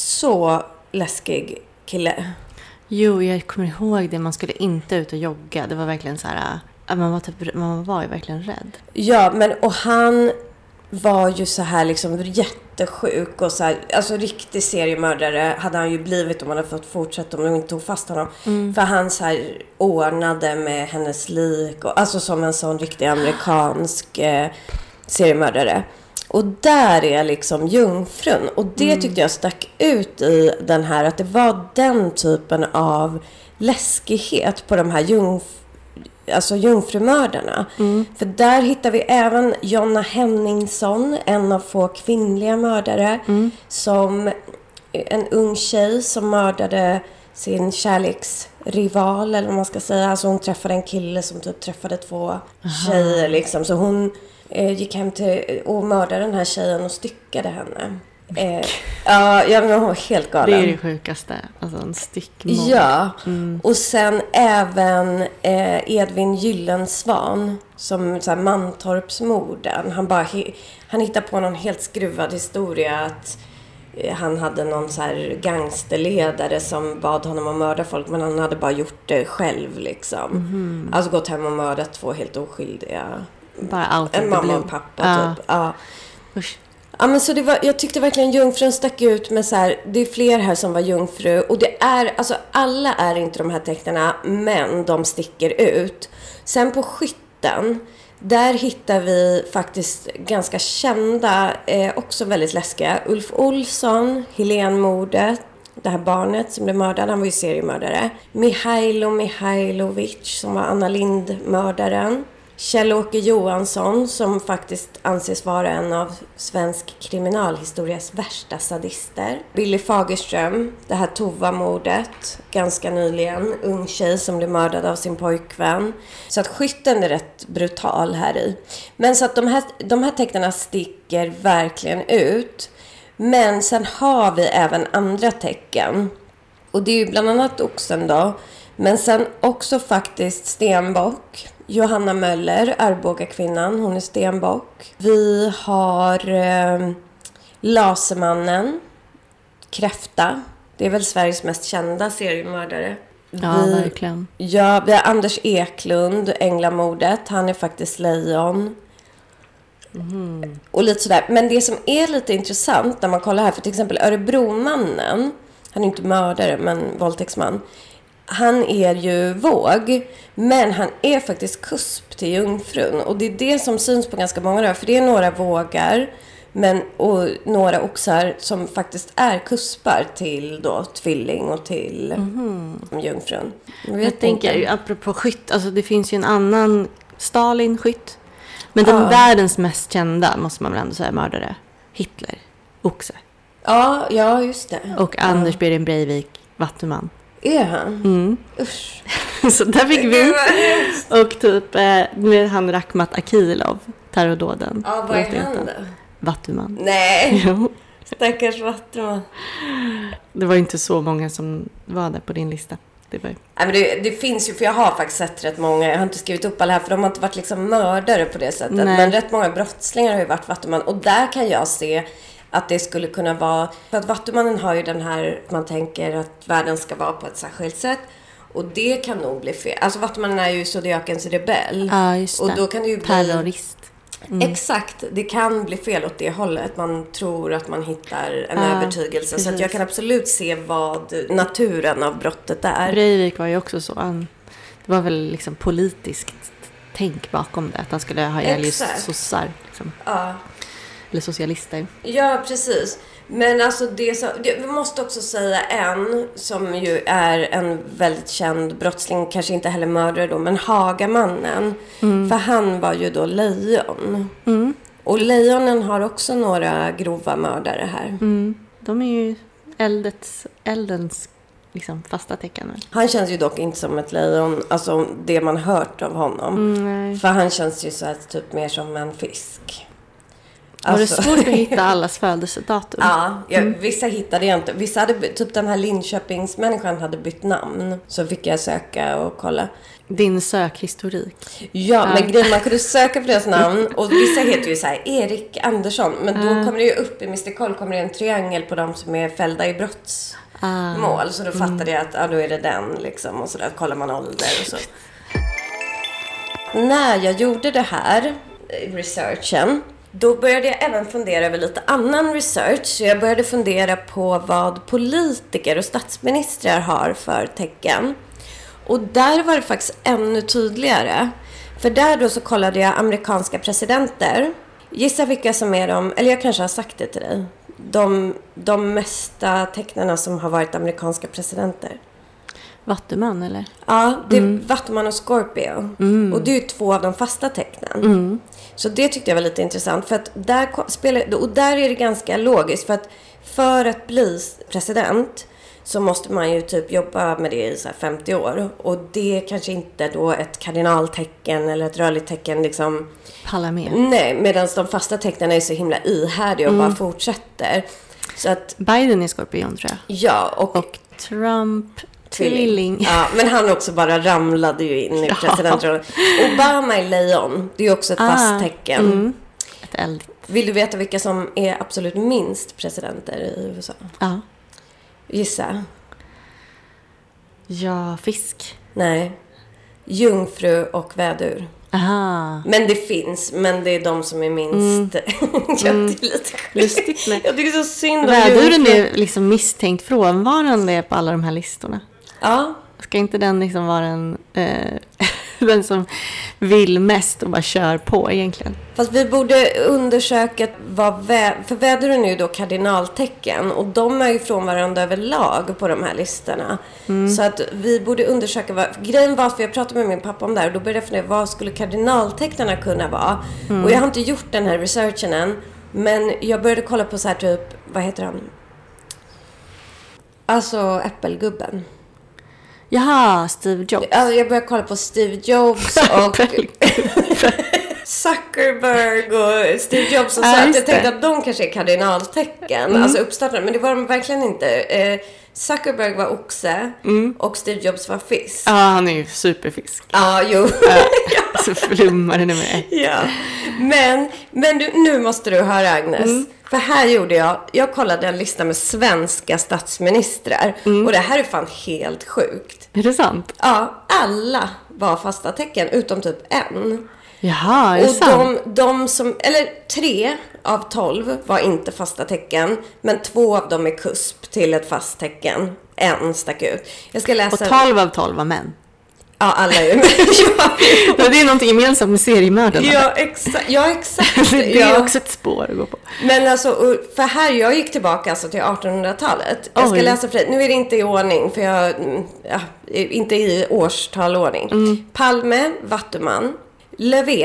så läskig kille. Jo, jag kommer ihåg det. Man skulle inte ut och jogga. Det var verkligen så här... äh, Man var, typ, man var ju verkligen rädd. Ja, men och han var ju så här liksom jättesjuk och så här, alltså riktig seriemördare hade han ju blivit om han hade fått fortsätta om de inte tog fast honom. Mm. För han så här ordnade med hennes lik och alltså som en sån riktig amerikansk eh, seriemördare. Och där är liksom Jungfrun. Och det Mm. tyckte jag stack ut i den här, att det var den typen av läskighet på de här jungf alltså jungfrumördarna. Mm. För där hittar vi även Jonna Henningsson, en av få kvinnliga mördare, Mm. som en ung tjej som mördade sin kärleksrival, eller vad man ska säga. Alltså hon träffade en kille som typ träffade två Aha. tjejer liksom. Så hon eh, gick hem till och mördade den här tjejen och styckade henne. Eh, ja, ja, men hon var helt galen. Det är det sjukaste. Alltså en stickmord. Ja, Mm. och sen även eh, Edvin Gyllensvan som så här, Mantorpsmorden. Han, bara, he, han hittar på någon helt skruvad historia att eh, han hade någon så här gangsterledare som bad honom att mörda folk, men han hade bara gjort det själv liksom. Mm. Alltså gått hem och mördat två helt oskyldiga. Bara out of En the mamma blue. och pappa Ja. typ. Ja. Usch. Ja, men så det var, jag tyckte verkligen Jungfrun stack ut med så här, det är fler här som var jungfru och det är, alltså alla är inte de här tecknarna, men de sticker ut. Sen på Skytten, där hittar vi faktiskt ganska kända, eh, också väldigt läskiga, Ulf Olsson, Helenmordet, det här barnet som blev mördad, han var ju seriemördare. Mihailo Mihailovic som var Anna Lindh-mördaren. Kjell-Åke Johansson som faktiskt anses vara en av svensk kriminalhistorias värsta sadister. Billy Fagerström, det här Tova-mordet, ganska nyligen. Ung tjej som blev mördad av sin pojkvän. Så att Skytten är rätt brutal här i. Men så att de här, de här tecknarna sticker verkligen ut. Men sen har vi även andra tecken. Och det är ju bland annat Oxen då. Men sen också faktiskt Stenbock. Johanna Möller, Arboga-kvinnan, hon är Stenbock. Vi har eh, Lasermannen, Kräfta. Det är väl Sveriges mest kända seriemördare. Ja, vi, verkligen. Ja, vi har Anders Eklund, Änglamordet. Han är faktiskt lejon. Mm. Och lite sådär. Men det som är lite intressant när man kollar här, för till exempel Örebromannen, han är inte mördare men våldtäktsman. Han är ju våg, men han är faktiskt kusp till Jungfrun. Och det är det som syns på ganska många rör. För det är några vågar men, och några oxar som faktiskt är kuspar till då Tvilling och till Mm. Jungfrun. Jag, Jag tänker, inte. apropå skytt, alltså det finns ju en annan Stalin-skytt. Men den Ja. världens mest kända, måste man väl ändå säga, mördare. Hitler. Oxe. Ja, ja just det. Och Anders Behring Breivik, vattuman. Är han? Mm. Usch. Så där fick vi. Och typ med han Rakhmat Akilov, terrordåden. Ja, vad är han då? Vattuman. Nej, Jo. stackars vattuman. Det var inte så många som var där på din lista. Det, var... Nej, men det, det finns ju, för jag har faktiskt sett rätt många. Jag har inte skrivit upp alla här, för de har inte varit liksom mördare på det sättet. Nej. Men rätt många brottslingar har ju varit vattuman. Och där kan jag se att det skulle kunna vara... För att vattumannen har ju den här... Man tänker att världen ska vara på ett särskilt sätt. Och det kan nog bli fel. Alltså vattumannen är ju zodiakens rebell. Ja, just det. Och då kan det ju bli... Terrorist. Mm. Exakt, det kan bli fel åt det hållet. Man tror att man hittar en ja, övertygelse. precis. Så att jag kan absolut se vad naturen av brottet är. Breivik var ju också så. Han, det var väl liksom politiskt tänk bakom det. Att han skulle ha ihjäl just sossar. Liksom. Ja. Eller socialister. Ja, precis. Men alltså det som, det, vi måste också säga en som ju är en väldigt känd brottsling, kanske inte heller mördare då, men Hagamannen. Mm. För han var ju då lejon. Mm. Och lejonen har också några grova mördare här. Mm. De är ju eldets, eldens liksom fasta tecken. Han känns ju dock inte som ett lejon, alltså det man hört av honom. Mm, för han känns ju så här, typ mer som en fisk. Var det svårt att hitta allas födelsedatum? Ja, jag, mm. vissa hittade jag inte. Vissa hade, typ den här Linköpingsmänniskan hade bytt namn. Så fick jag söka och kolla. Din sökhistorik. Ja, ja. Men grejen, man kunde söka på deras namn. Och vissa heter ju så här Erik Andersson. Men då uh. kommer det ju upp i mister Koll kommer det en triangel på dem som är fällda i brottsmål. Uh. Så då fattade mm. jag att ja, då är det den liksom. Och så där kollar man ålder och så. När jag gjorde det här, researchen, då började jag även fundera över lite annan research. Så jag började fundera på vad politiker och statsministrar har för tecken. Och där var det faktiskt ännu tydligare. För där då så kollade jag amerikanska presidenter. Gissa vilka som är de, eller jag kanske har sagt det till dig. De, de mesta tecknarna som har varit amerikanska presidenter. Vattuman eller? Ja, det är mm. Vattuman och Scorpio. Mm. Och det är ju två av de fasta tecknen. Mm. Så det tyckte jag var lite intressant. För att där, spelar, och där är det ganska logiskt. För att för att bli president så måste man ju typ jobba med det i så här femtio år. Och det är kanske inte då ett kardinaltecken eller ett rörligt tecken liksom. Pallar med. Nej, medan de fasta tecknen är så himla ihärdiga och mm. bara fortsätter. Så att, Biden är skorpion tror jag. Ja, och, och Trump... Tvilling. Ja, men han också bara ramlade ju in i presidentrollen. Ja. Obama är lejon. Det är också ett ah, fast tecken. Mm. Ett eldigt. Vill du veta vilka som är absolut minst presidenter i U S A? Ja. Gissa. Ja, fisk. Nej. Jungfru och vädur. Aha. Men det finns, men det är de som är minst. Mm. Jag mm. är lite lustigt med. Jag tycker så synd om väduren är liksom misstänkt frånvarande på alla de här listorna. Ja. Ska inte den liksom vara en eh, den som vill mest och bara kör på egentligen? Fast vi borde undersöka vad vä- för väduren är ju då kardinaltecken och de är ju frånvarande överlag på de här listorna. Mm. Så att vi borde undersöka vad grejen var, för jag pratade med min pappa om det här och då började jag fundera, vad skulle kardinaltecknarna kunna vara? Mm. Och jag har inte gjort den här researchen än, men jag började kolla på så här typ, vad heter han? Alltså äppelgubben. Jaha, Steve Jobs. Alltså, jag började kolla på Steve Jobs och Zuckerberg och Steve Jobs och så. Ah, att jag tänkte att de kanske är kardinaltecken. Mm. Alltså uppstartare. Men det var de verkligen inte. Eh, Zuckerberg var oxe mm. och Steve Jobs var fisk. Ja, ah, han är ju superfisk. Ah, jo. Ja, så flummar det med. Ja, men, men du, nu måste du höra, Agnes. Mm. För här gjorde jag, jag kollade en lista med svenska statsministrar. Mm. Och det här är fan helt sjukt. Är det sant? Ja, alla var fasta tecken utom typ en. Jaha, är det och sant? de, de som, eller tre av tolv var inte fasta tecken. Men två av dem är kusp till ett fast tecken. En stack ut. Jag ska läsa. Och tolv av tolv var män. Ja, alla är ju med. Ja, det är någonting gemensamt med seriemördarna. Ja, exakt. Ja, exakt. Det är också ett spår att gå på. Men alltså, för här, jag gick tillbaka alltså till artonhundratalet. Jag ska Oj. läsa för dig. Nu är det inte i ordning, för jag, ja, inte i årstalordning. Mm. Palme, Vattuman, Löfven,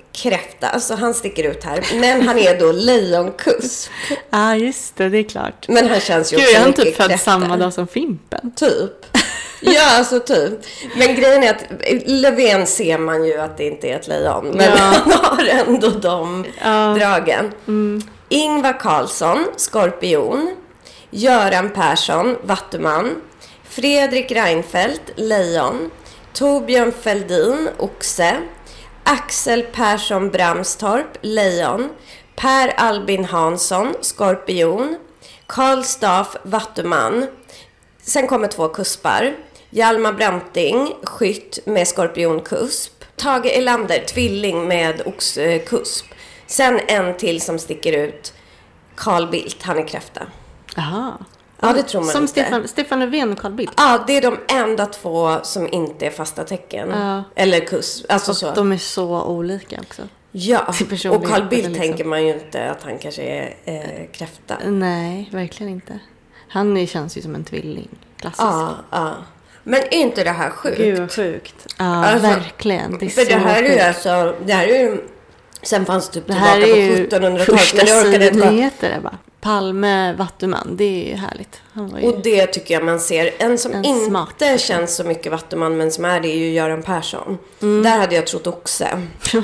kräfta. Alltså han sticker ut här. Men han är då lejonkusp. Ja, ah, just det. Det är klart. Men han känns ju Gud, också är han mycket typ född kräfta. samma dag som Fimpen? Typ. Ja, alltså typ. Men grejen är att Löfven ser man ju att det inte är ett lejon. Men Ja. han har ändå de Ja. dragen. Mm. Ingvar Carlsson, skorpion. Göran Persson, vattuman. Fredrik Reinfeldt, lejon. Torbjörn Fälldin, oxe. Axel Persson Bramstorp, lejon. Per Albin Hansson, skorpion. Karl Staff, vattuman. Sen kommer två kuspar. Hjalmar Branting, skytt med skorpionkusp. Tage Erlander, tvilling med oxkusp. Sen en till som sticker ut. Carl Bildt, han är kräfta. Aha. Ja, det tror man Som inte. Stefan, Stefan Löfven och Carl Bildt. Ja, det är de enda två som inte är fasta tecken. Ja. Eller kus. Alltså Och så. de är så olika också. Ja, till personlighet, och Carl Bildt liksom. tänker man ju inte att han kanske är eh, kräfta. Nej, verkligen inte. Han är, känns ju som en tvilling. Klassisk. Ja, ja. Men är inte det här sjukt? Gud vad sjukt. Ja, Alltså, verkligen. Det är För så det här är ju sjukt. alltså, det här är ju, sen fanns det typ Det här tillbaka är på ju sjuttonhundratalet. första Men det orkade inte vara. sidnyheter. Det bara. Palme, vattuman. Det är ju härligt. Han var ju... Och det tycker jag man ser. En som En inte smart person. känns så mycket vattuman men som är det är ju Göran Persson. Där hade jag trott oxe.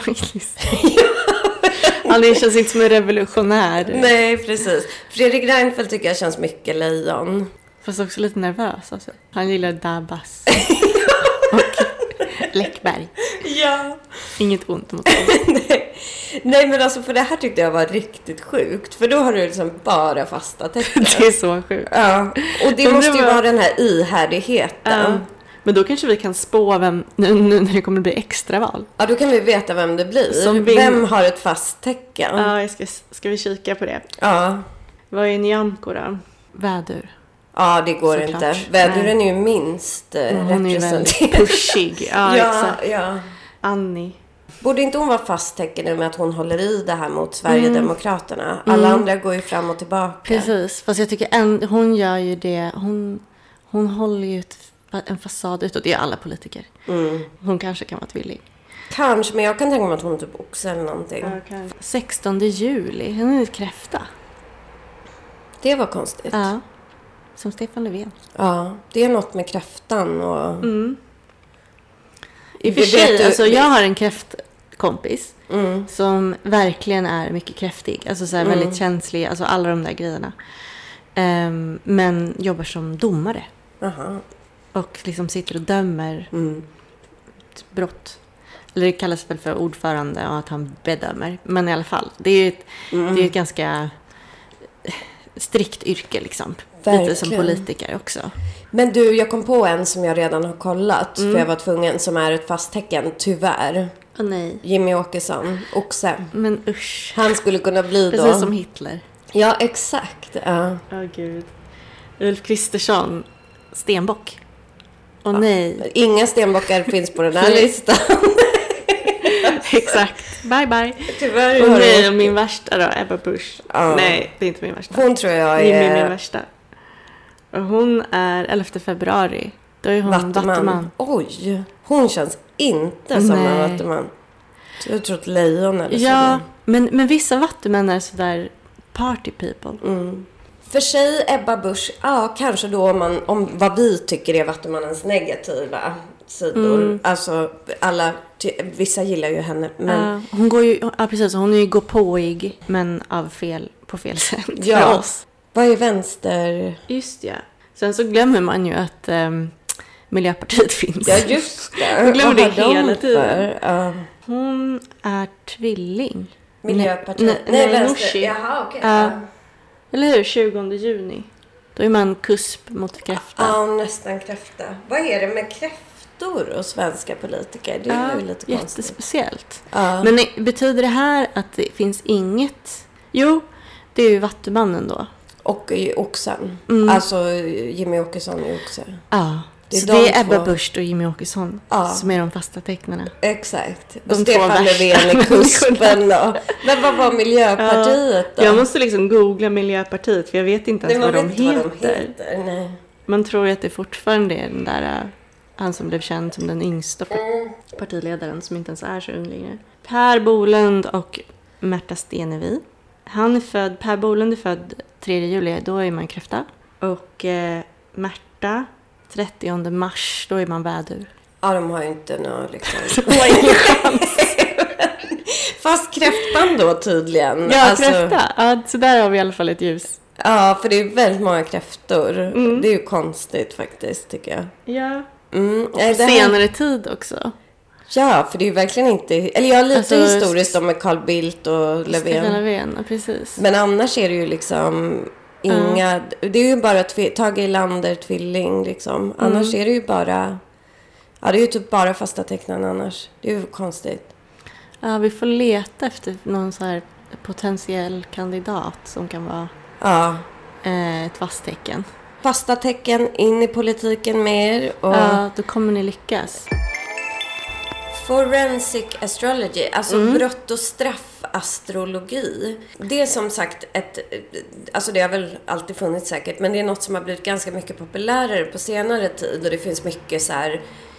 Han är, känns inte som en revolutionär. Nej, precis. Fredrik Reinfeldt tycker jag känns mycket lejon. Fast också lite nervös. Alltså. Han gillar Dabas. Och Läckberg. Ja. Inget ont mot honom. Nej. Nej, men alltså för det här tyckte jag var riktigt sjukt. För då har du liksom bara fasta tecken. Det är så sjukt. Ja, och det Men måste det ju var- vara den här ihärdigheten. Ja. Men då kanske vi kan spå vem, nu, nu när det kommer bli extraval. Ja, då kan vi veta vem det blir. Som vin- Vem har ett fast tecken? Ja, jag ska, ska vi kika på det. Ja, Vad är Nyamko då? Vädur. ja det går Såklart. inte. Väduren är ju minst eh, Hon är ju väldigt representerad. pushig. Ja, Ja, exakt. ja. Annie. Borde inte hon vara fast tecken nu med att hon håller i det här mot Sverigedemokraterna? Alla andra går ju fram och tillbaka. Precis, fast jag tycker en, hon gör ju det. Hon, hon håller ju ett, en fasad utåt. Det är alla politiker. Mm. Hon kanske kan vara tvilling. Kanske, men jag kan tänka mig att hon är typ oxe eller någonting. sextonde juli, hon är ett kräfta. Det var konstigt. Ja. Ja, som Stefan Löfven. Det är något med kräftan och... Mm. I och Vi för sig, vet ju- alltså jag har en kräftkompis Mm. som verkligen är mycket kräftig. Alltså så här Mm. väldigt känslig, alltså alla de där grejerna. Ehm, men jobbar som domare. Aha. Och liksom sitter och dömer Mm. brott. Eller det kallas väl för ordförande och att han bedömer. Men i alla fall, det är ju ett, Mm. det är ett ganska strikt yrke liksom. Lite som Verkligen. politiker också. Men du, jag kom på en som jag redan har kollat. Mm. För jag var tvungen, som är ett fast tecken, tyvärr. Åh nej. Jimmy Åkesson, oxe. Men usch. Han skulle kunna bli då... Precis som Hitler. Ja, exakt. Ja. Åh gud. Ulf Kristersson, stenbock. Åh nej. Inga stenbockar finns på den här listan. Exakt. Bye bye. Tyvärr Åh har nej, du... och min värsta då, Ebba Busch. Ja. Nej, det är inte min värsta. Hon tror jag Jimmy är min är värsta. Och hon är elfte februari. Då är hon vattuman. vattuman. Oj, hon känns inte som en Nej. vattuman. Jag tror ett lejon eller så. Ja, men, men vissa vattumän är sådär party people. Mm. För sig, Ebba Busch, ja kanske då om, man, om vad vi tycker är vattumannens negativa sidor. Mm. Alltså alla, ty, vissa gillar ju henne. Men Ja, hon går ju, ja precis, hon är ju gåpåig men av fel, på fel sätt Ja. för oss. vad är vänster? Just ja. Sen så glömmer man ju att um, Miljöpartiet finns. Ja just det. Jag glömmer Vad det har de hela tiden. för? Ja. Hon är tvilling. Miljöpartiet. Nej, Nej, nej, vänster. Nooshi. Jaha, okej. Ja. Eller hur? tjugonde juni. Då är man kusp mot kräfta. Ja, nästan kräfta. Vad är det med kräftor och svenska politiker? Det är ju lite konstigt. Jättespeciellt. Ja. Men nej, betyder det här att det finns inget? Jo, det är ju vattumannen då. Och i oxen. Mm. Alltså Jimmy Åkesson är oxe. Ja, Det är så de det är Ebba två. Busch och Jimmy Åkesson Ja. som är de fasta tecknarna. Exakt. De Och två Stefan värsta Löfven är kuspen då. Men vad var Miljöpartiet då? Jag måste liksom googla Miljöpartiet för jag vet inte ens Nej, vad man de vet inte heter. vad de heter. Nej. Man tror ju att det fortfarande är den där Han som blev känd som den yngsta partiledaren som inte ens är så ung längre. Per Bolund och Märta Stenevi. Han är född, Per Bolund är född tredje juli, då är man kräfta. Och eh, Märta, trettionde mars, då är man vädur. Ja, de har ju inte någon liksom... De har ingen chans. Fast kräftan då tydligen. Ja, alltså... kräfta. Ja, så där har vi i alla fall ett ljus. Ja, för det är väldigt många kräftor. Mm. Det är ju konstigt faktiskt, tycker jag. Ja. Mm. Och Äh, på det här... senare tid också. Ja, för det är ju verkligen inte... Eller jag har lite Alltså, historiskt om med Carl Bildt och Löfven. Stefan Löfven, ja, precis. Men annars är det ju liksom inga... Mm. Det är ju bara tv- Tage Erlander, tvilling liksom. Annars mm. är det ju bara... Ja, det är ju typ bara fasta tecknen annars. Det är ju konstigt. Ja, vi får leta efter någon så här potentiell kandidat som kan vara ja. eh, ett fast tecken. Fasta tecken, in i politiken mer. Och... Ja, då kommer ni lyckas. Forensic astrology, alltså mm. brott- och straffastrologi. Det är som sagt ett, alltså det har väl alltid funnits säkert, men det är något som har blivit ganska mycket populärare på senare tid. Och det finns mycket så här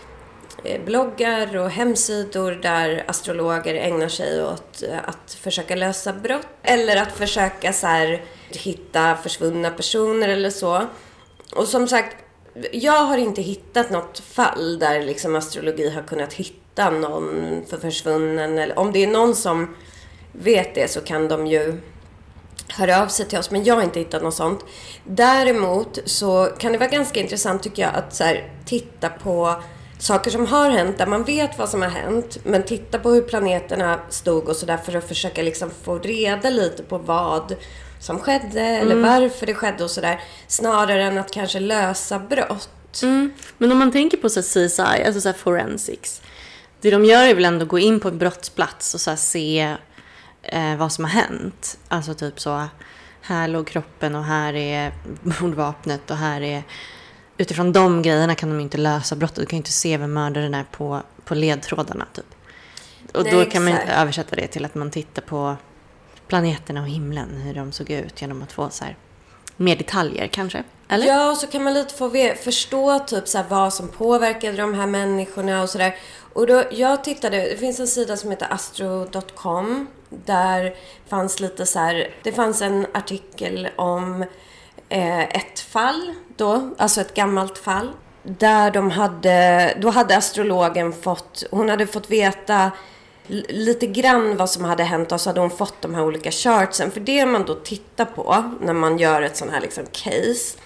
bloggar och hemsidor där astrologer ägnar sig åt att försöka lösa brott. Eller att försöka så här hitta försvunna personer eller så. Och som sagt, jag har inte hittat något fall där liksom astrologi har kunnat hitta någon för försvunnen. Eller om det är någon som vet det så kan de ju höra av sig till oss. Men jag har inte hittat något sånt. Däremot så kan det vara ganska intressant tycker jag att så här, titta på saker som har hänt där man vet vad som har hänt. Men titta på hur planeterna stod och sådär för att försöka liksom få reda lite på vad som skedde eller mm. varför det skedde och sådär. Snarare än att kanske lösa brott. Mm. Men om man tänker på så C S I, alltså så här forensics. Det de gör är väl ändå gå in på en brottsplats och så här se eh, vad som har hänt. Alltså typ så, här låg kroppen och här är mordvapnet och här är... Utifrån de grejerna kan de inte lösa brottet. Du kan ju inte se vem mördaren är på, på ledtrådarna typ. Och Nej, då kan man inte översätta det till att man tittar på planeterna och himlen, hur de såg ut genom att få så här mer detaljer kanske, eller? Ja, och så kan man lite få förstå typ så här vad som påverkade de här människorna och sådär. Och då, jag tittade, det finns en sida som heter astro dot com där fanns lite så här, det fanns en artikel om eh, ett fall då, alltså ett gammalt fall där de hade, då hade astrologen fått, hon hade fått veta lite grann vad som hade hänt och så hade hon fått de här olika chartsen. För det man då tittar på när man gör ett sån här liksom case,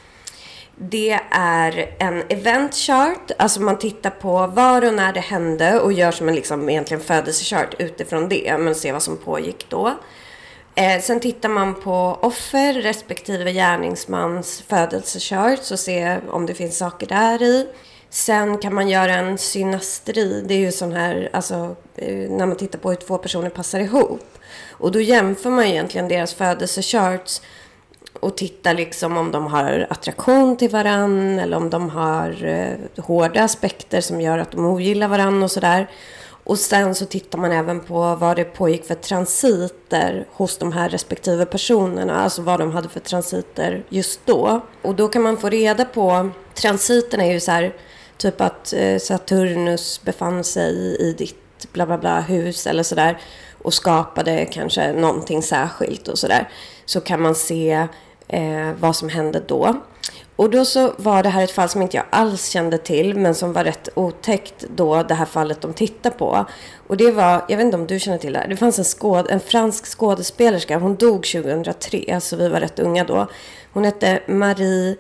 det är en event chart. Alltså man tittar på var och när det hände och gör som en liksom egentligen födelsechart utifrån det. Men ser vad som pågick då. Eh, sen tittar man på offer respektive gärningsmans födelsechart och ser om det finns saker där i. Sen kan man göra en synastri. Det är ju sån här, alltså när man tittar på hur två personer passar ihop. Och då jämför man egentligen deras födelsecharts och tittar liksom om de har attraktion till varann eller om de har eh, hårda aspekter som gör att de ogillar varann och sådär. Och sen så tittar man även på vad det pågick för transiter hos de här respektive personerna. Alltså vad de hade för transiter just då. Och då kan man få reda på, transiterna är ju så här, typ att Saturnus befann sig i ditt bla bla bla hus eller sådär. Och skapade kanske någonting särskilt och sådär. Så kan man se eh, vad som hände då. Och då så var det här ett fall som inte jag alls kände till. Men som var rätt otäckt då, det här fallet de tittar på. Och det var, jag vet inte om du känner till det här. Det fanns en, skåd, en fransk skådespelerska. Hon dog tjugohundratre, så vi var rätt unga då. Hon hette Marie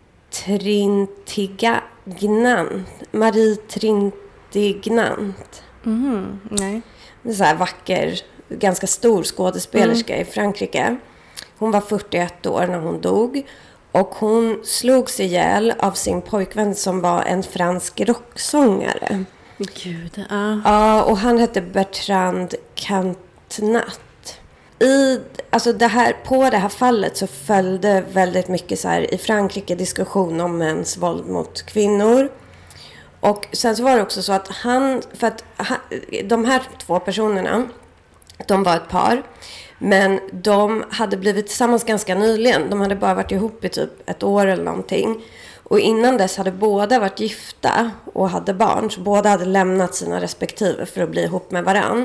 Trintignant. Marie Trintignant. Mm, nej. En så här vacker, ganska stor skådespelerska mm. i Frankrike. Hon var fyrtioett år när hon dog. Och hon slogs ihjäl av sin pojkvän som var en fransk rocksångare. Gud, ja. Ja, och han hette Bertrand Cantat. I, alltså det här, på det här fallet så följde väldigt mycket så här i Frankrike diskussion om mäns våld mot kvinnor. Och sen så var det också så att han, för att han, de här två personerna, de var ett par. Men de hade blivit tillsammans ganska nyligen. De hade bara varit ihop i typ ett år eller någonting. Och innan dess hade båda varit gifta och hade barn. Så båda hade lämnat sina respektive för att bli ihop med varann.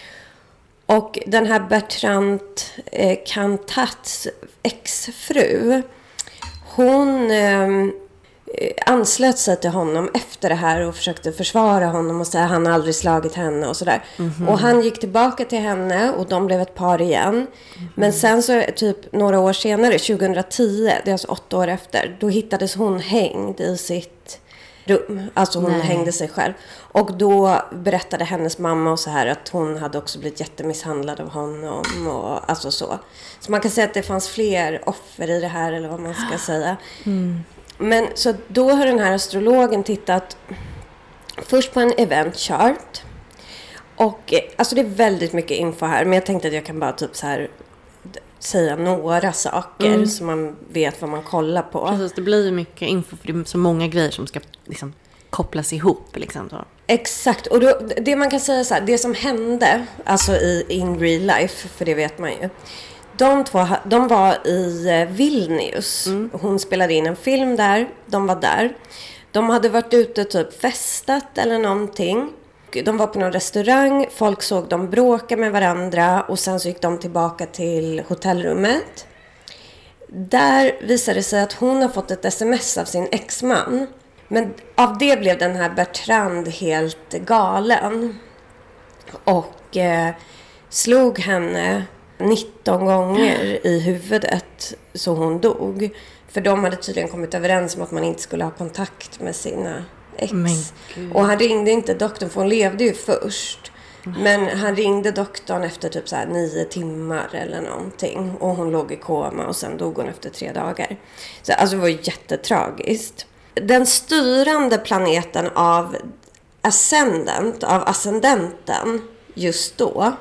Och den här Bertrand eh, Cantats exfru, hon eh, anslöt sig till honom efter det här och försökte försvara honom och säga att han aldrig slagit henne och sådär. Mm-hmm. Och han gick tillbaka till henne och de blev ett par igen. Mm-hmm. Men sen så typ några år senare, tjugohundratio, det är alltså åtta år efter, då hittades hon hängd i sitt rum. Alltså hon Nej. hängde sig själv. Och då berättade hennes mamma och så här att hon hade också blivit jättemisshandlad av honom och alltså så. Så man kan säga att det fanns fler offer i det här, eller vad man ska säga. Mm. Men så då har den här astrologen tittat först på en event chart. Och alltså det är väldigt mycket info här, men jag tänkte att jag kan bara typ så här säga några saker mm. så man vet vad man kollar på. Precis, det blir ju mycket info för det är så många grejer som ska liksom kopplas ihop liksom så. Exakt, och då, det man kan säga så här, det som hände alltså i in real life, för det vet man ju. De två, de var i Vilnius. Mm. Hon spelade in en film där. De var där. De hade varit ute typ festat eller någonting. De var på någon restaurang. Folk såg dem bråka med varandra. Och sen så gick de tillbaka till hotellrummet. Där visade det sig att hon har fått ett sms av sin exman. Men av det blev den här Bertrand helt galen. Och eh, slog henne nitton gånger i huvudet så hon dog. För de hade tydligen kommit överens om att man inte skulle ha kontakt med sina ex. Och han ringde inte doktorn, för hon levde ju först. Mm. Men han ringde doktorn efter typ så här nio timmar eller någonting. Och hon låg i koma och sen dog hon efter tre dagar. Så alltså det var jättetragiskt. Den styrande planeten av ascendent, av ascendenten just då,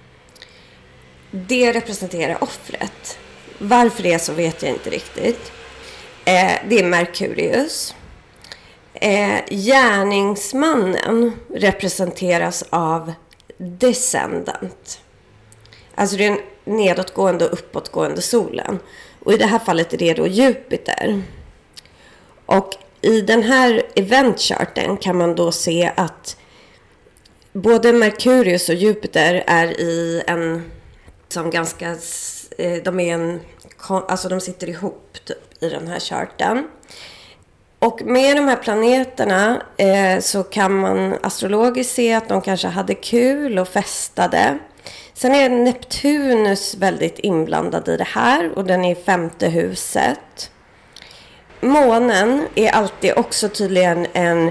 det representerar offret. Varför det är så vet jag inte riktigt. Eh, det är Merkurius. Eh, gärningsmannen representeras av descendant. Alltså det är en nedåtgående och uppåtgående solen. Och i det här fallet är det då Jupiter. Och i den här eventcharten kan man då se att både Merkurius och Jupiter är i en som ganska, de är en, alltså de sitter ihop typ i den här charten. Och med de här planeterna eh, så kan man astrologiskt se att de kanske hade kul och festade. Sen är Neptunus väldigt inblandad i det här och den är i femte huset. Månen är alltid också tydligen en,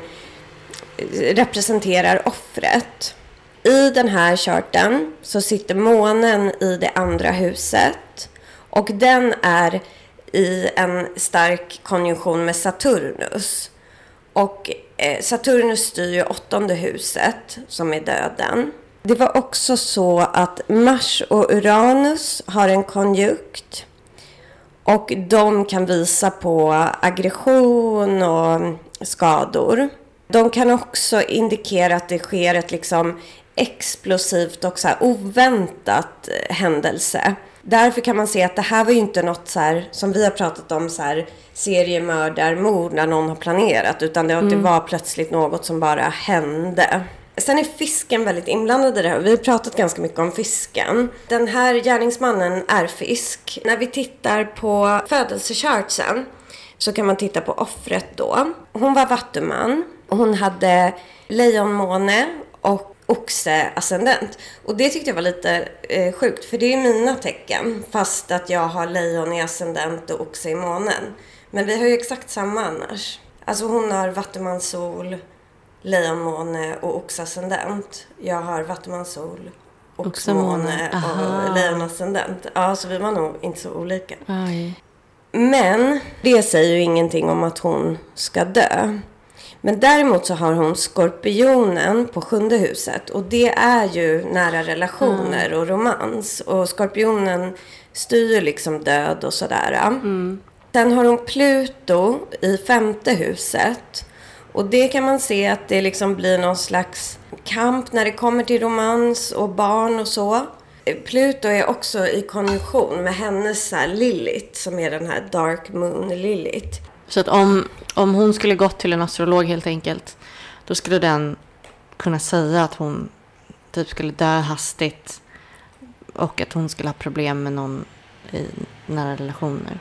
representerar offret. I den här charten så sitter månen i det andra huset. Och den är i en stark konjunktion med Saturnus. Och eh, Saturnus styr ju åttonde huset som är döden. Det var också så att Mars och Uranus har en konjunkt. Och de kan visa på aggression och skador. De kan också indikera att det sker ett liksom explosivt och så här oväntat händelse. Därför kan man se att det här var ju inte något så här, som vi har pratat om, så här seriemördarmord när någon har planerat, utan det, mm. det var plötsligt något som bara hände. Sen är fisken väldigt inblandad i det här. Vi har pratat ganska mycket om fisken. Den här gärningsmannen är fisk. När vi tittar på födelsechartsen så kan man titta på offret då. Hon var vattuman. Hon hade lejonmåne och oxe-ascendent. Och det tyckte jag var lite eh, sjukt. För det är mina tecken. Fast att jag har lejon i ascendent och oxe i månen. Men vi har ju exakt samma annars. Alltså hon har vattumansol, lejonmåne och oxascendent. Jag har vattumansol, oxmåne och lejonascendent. Ja, så vi var nog inte så olika. Aj. Men det säger ju ingenting om att hon ska dö. Men däremot så har hon skorpionen på sjunde huset. Och det är ju nära relationer mm. och romans. Och skorpionen styr liksom död och sådär. Mm. Sen har hon Pluto i femte huset. Och det kan man se att det liksom blir någon slags kamp när det kommer till romans och barn och så. Pluto är också i konjunktion med hennes så här Lilith, som är den här Dark Moon Lilith. Så att om, om hon skulle gått till en astrolog helt enkelt, då skulle den kunna säga att hon typ skulle dö hastigt och att hon skulle ha problem med någon i nära relationer.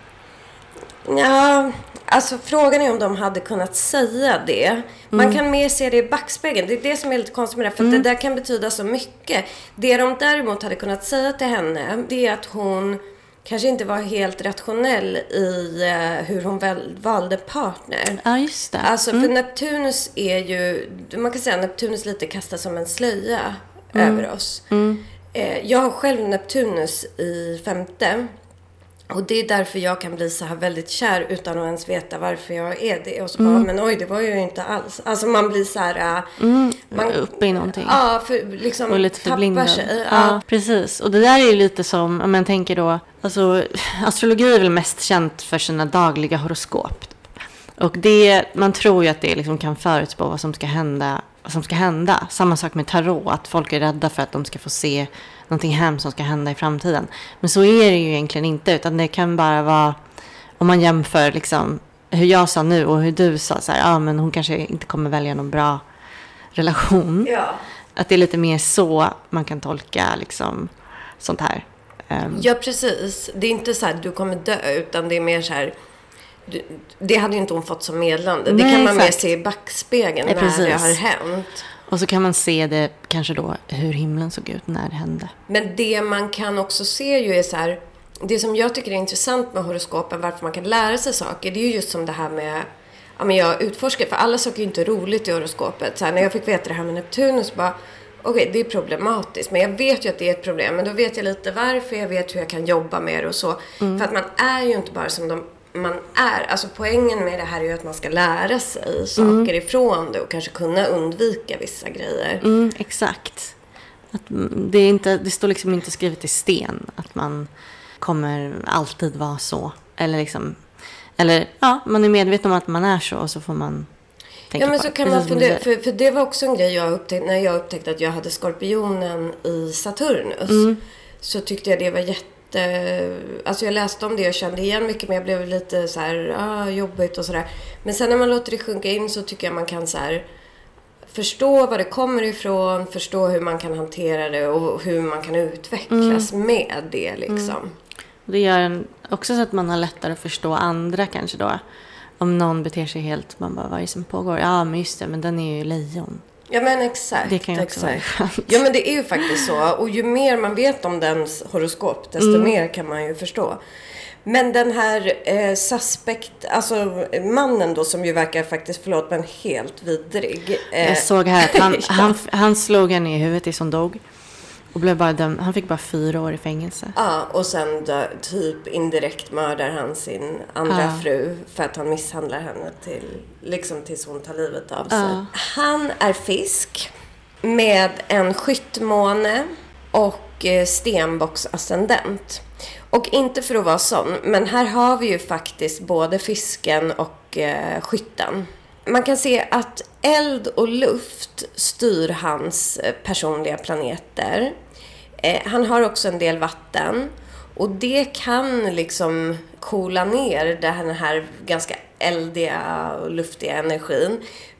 Ja, alltså frågan är om de hade kunnat säga det. Man Mm. kan mer se det i backspegeln. Det är det som är lite konstigt med det. För Mm. att det där kan betyda så mycket. Det de däremot hade kunnat säga till henne, det är att hon kanske inte var helt rationell i eh, hur hon väl valde partner. Ja, just det. Alltså för Mm. Neptunus är ju, man kan säga att Neptunus lite kastas som en slöja Mm. över oss. Mm. Eh, jag har själv Neptunus i femte. Och det är därför jag kan bli så här väldigt kär utan att ens veta varför jag är det. Och så bara, men oj, det var ju inte alls. Alltså man blir så här... Mm. Man, Uppe i någonting. Ja, för liksom Och lite tappar förblindad. sig. Ja. Ja, precis. Och det där är ju lite som, om man tänker då, alltså astrologi är väl mest känt för sina dagliga horoskop. Och det, man tror ju att det liksom kan förutspå vad som ska hända, vad som ska hända. Samma sak med tarot, att folk är rädda för att de ska få se någonting hemskt som ska hända i framtiden. Men så är det ju egentligen inte, utan det kan bara vara, om man jämför liksom hur jag sa nu och hur du sa så här, ja men hon kanske inte kommer välja någon bra relation. Ja. Att det är lite mer så man kan tolka liksom sånt här. Um, Ja, precis. Det är inte så här, du kommer dö, utan det är mer så här... Du, det hade ju inte hon fått som medlande. Det Nej, kan man mer exakt. se i backspegeln Ja, när precis. det har hänt. Och så kan man se det kanske då hur himlen såg ut när det hände. Men det man kan också se ju är så här... Det som jag tycker är intressant med horoskopen, varför man kan lära sig saker, det är ju just som det här med... Ja, men jag utforskar, för alla saker är ju inte roligt i horoskopet. Så här, när jag fick veta det här med Neptunus, bara... Okej, okay, det är problematiskt, men jag vet ju att det är ett problem. Men då vet jag lite varför, jag vet hur jag kan jobba med det och så. Mm. För att man är ju inte bara som de, man är. Alltså poängen med det här är ju att man ska lära sig saker mm. ifrån det och kanske kunna undvika vissa grejer. Mm, exakt. Att det, är inte, det står liksom inte skrivet i sten att man kommer alltid vara så. Eller liksom, eller ja, man är medveten om att man är så och så får man... Ja, men så kan man fundera, för, för det var också en grej jag upptäckte när jag upptäckte att jag hade skorpionen i Saturnus. Mm. Så tyckte jag det var jätte... Alltså jag läste om det och kände igen mycket, men jag blev lite så här ah, jobbigt och sådär. Men sen när man låter det sjunka in så tycker jag man kan så här förstå var det kommer ifrån, förstå hur man kan hantera det och hur man kan utvecklas mm. med det liksom. Mm. Det gör en, också så att man har lättare att förstå andra kanske då. Om någon beter sig helt, man bara, vad är det som pågår? Ja, men just det, men den är ju lejon. Ja, men exakt. Det kan ju också vara skönt. Ja, men det är ju faktiskt så. Och ju mer man vet om dens horoskop, desto mm. mer kan man ju förstå. Men den här eh, suspekt, alltså mannen då som ju verkar faktiskt, förlåt, men helt vidrig. Eh, Jag såg här att han, ja. han, han slog henne i huvudet tills hon dog. Och blev bara dömd. Han fick bara fyra år i fängelse. Ja, och sen dö, typ indirekt mördar han sin andra ja. fru för att han misshandlar henne till, liksom tills hon tar livet av sig. Ja. Han är fisk med en skyttmåne och stenbocksascendent. Och inte för att vara sån, men här har vi ju faktiskt både fisken och eh, skytten. Man kan se att eld och luft styr hans personliga planeter. Eh, han har också en del vatten. Och det kan liksom coola ner den här ganska eldiga och luftiga energin.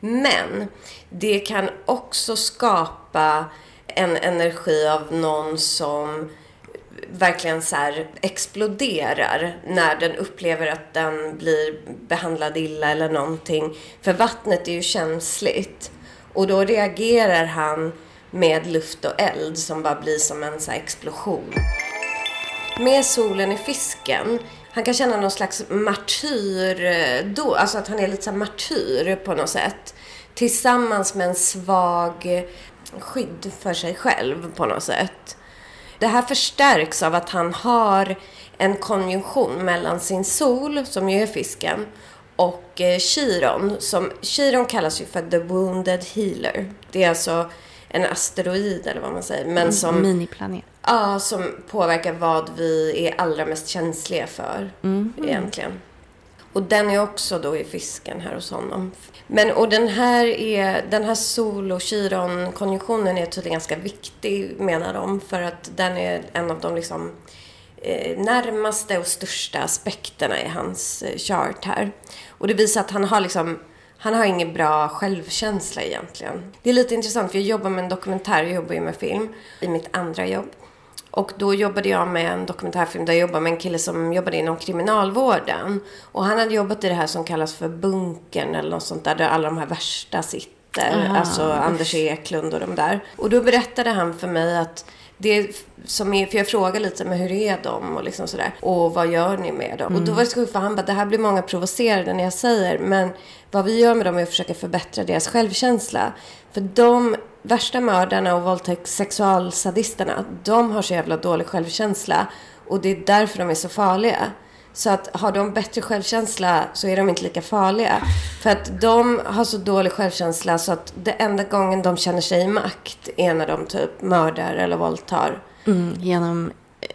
Men det kan också skapa en energi av någon som verkligen så här exploderar när den upplever att den blir behandlad illa eller någonting. För vattnet är ju känsligt. Och då reagerar han med luft och eld som bara blir som en så här explosion. Med solen i fisken, han kan känna någon slags martyr då. Alltså att han är lite så här martyr på något sätt. Tillsammans med en svag skydd för sig själv på något sätt. Det här förstärks av att han har en konjunktion mellan sin sol, som ju är fisken, och Chiron. Som, Chiron kallas ju för the wounded healer. Det är alltså en asteroid eller vad man säger. Men som, miniplanet. Ja, som påverkar vad vi är allra mest känsliga för mm. egentligen. Och den är också då i fisken här hos honom. Men och den här är den här sol- och Chiron-konjunktionen är tydligen ganska viktig, menar de, för att den är en av de liksom eh, närmaste och största aspekterna i hans eh, chart här. Och det visar att han har liksom, han har ingen bra självkänsla egentligen. Det är lite intressant för jag jobbar med en dokumentär, jag jobbar ju med film i mitt andra jobb. Och då jobbade jag med en dokumentärfilm där jag jobbade med en kille som jobbade inom kriminalvården. Och han hade jobbat i det här som kallas för bunkern eller något sånt där, där alla de här värsta sitter. Ah. Alltså Anders Eklund och de där. Och då berättade han för mig att det som är, för jag frågade lite med hur är de och liksom sådär. Och vad gör ni med dem? Mm. Och då var det så för han bara, det här blir många provocerade när jag säger. Men vad vi gör med dem är att försöka förbättra deras självkänsla. För de värsta mördarna och våldtäkts sexualsadisterna, de har så jävla dålig självkänsla. Och det är därför de är så farliga. Så att har de bättre självkänsla så är de inte lika farliga. För att de har så dålig självkänsla så att det enda gången de känner sig i makt är när de typ mördar eller våldtar. Mm, genom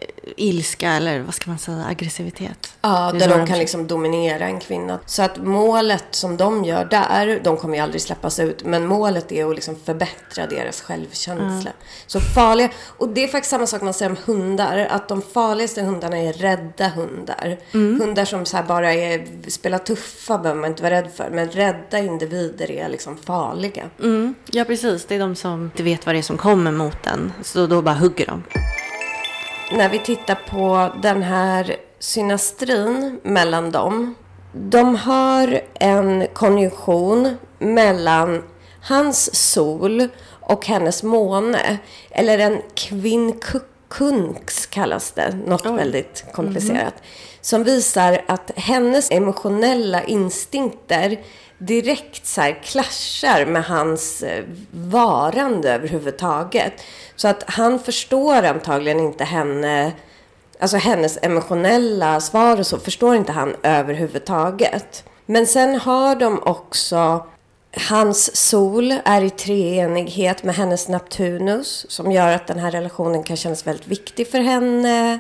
ilska eller vad ska man säga, aggressivitet. Ja, där de, de kan liksom dominera en kvinna. Så att målet som de gör där, de kommer ju aldrig släppas ut, men målet är att liksom förbättra deras självkänsla. Mm. Så farliga, och det är faktiskt samma sak man säger om hundar, att de farligaste hundarna är rädda hundar. Mm. Hundar som så här bara är, spelar tuffa behöver man inte vara rädd för, men rädda individer är liksom farliga. Mm. Ja, precis. Det är de som inte vet vad det är som kommer mot den, så då bara hugger de. När vi tittar på den här synastrin mellan dem. De har en konjunktion mellan hans sol och hennes måne. Eller en kvinnkunks kallas det. Något oh. väldigt komplicerat. Mm-hmm. Som visar att hennes emotionella instinkter direkt så här klaschar med hans varande överhuvudtaget. Så att han förstår antagligen inte henne, alltså hennes emotionella svar och så förstår inte han överhuvudtaget. Men sen har de också, hans sol är i treenighet med hennes Neptunus som gör att den här relationen kan kännas väldigt viktig för henne.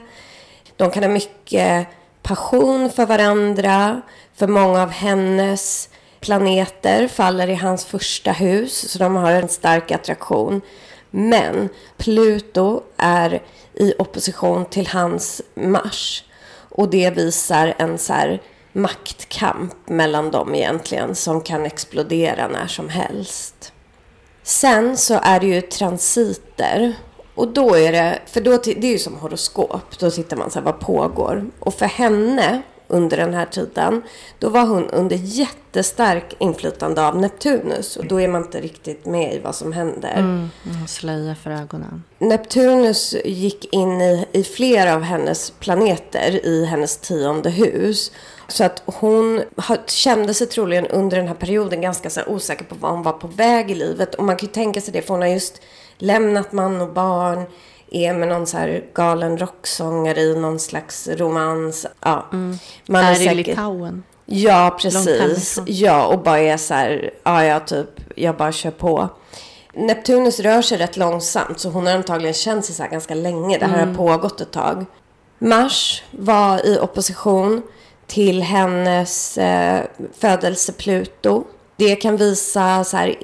De kan ha mycket passion för varandra, för många av hennes planeter faller i hans första hus, så de har en stark attraktion. Men Pluto är i opposition till hans Mars. Och det visar en så här maktkamp mellan dem egentligen som kan explodera när som helst. Sen så är det ju transiter. Och då är det, för då, det är ju som horoskop. Då tittar man så här, vad pågår. Och för henne under den här tiden, då var hon under jättestark inflytande av Neptunus. Och då är man inte riktigt med i vad som händer. Mm, slöja för ögonen. Neptunus gick in i, i flera av hennes planeter i hennes tionde hus. Så att hon kände sig troligen under den här perioden ganska så här osäker på vad hon var på väg i livet. Och man kan ju tänka sig det, för hon har just lämnat man och barn, är med någon så här galen rocksångare i någon slags romans. Ja, mm. Man är, är säkert... i Litauen. Ja, precis. Ja, och bara är så här, ja, jag typ, jag bara kör på. Neptunus rör sig rätt långsamt, så hon har antagligen känt sig så här ganska länge. Det här mm. har pågått ett tag. Mars var i opposition till hennes eh, födelse Pluto. Det kan visa så här,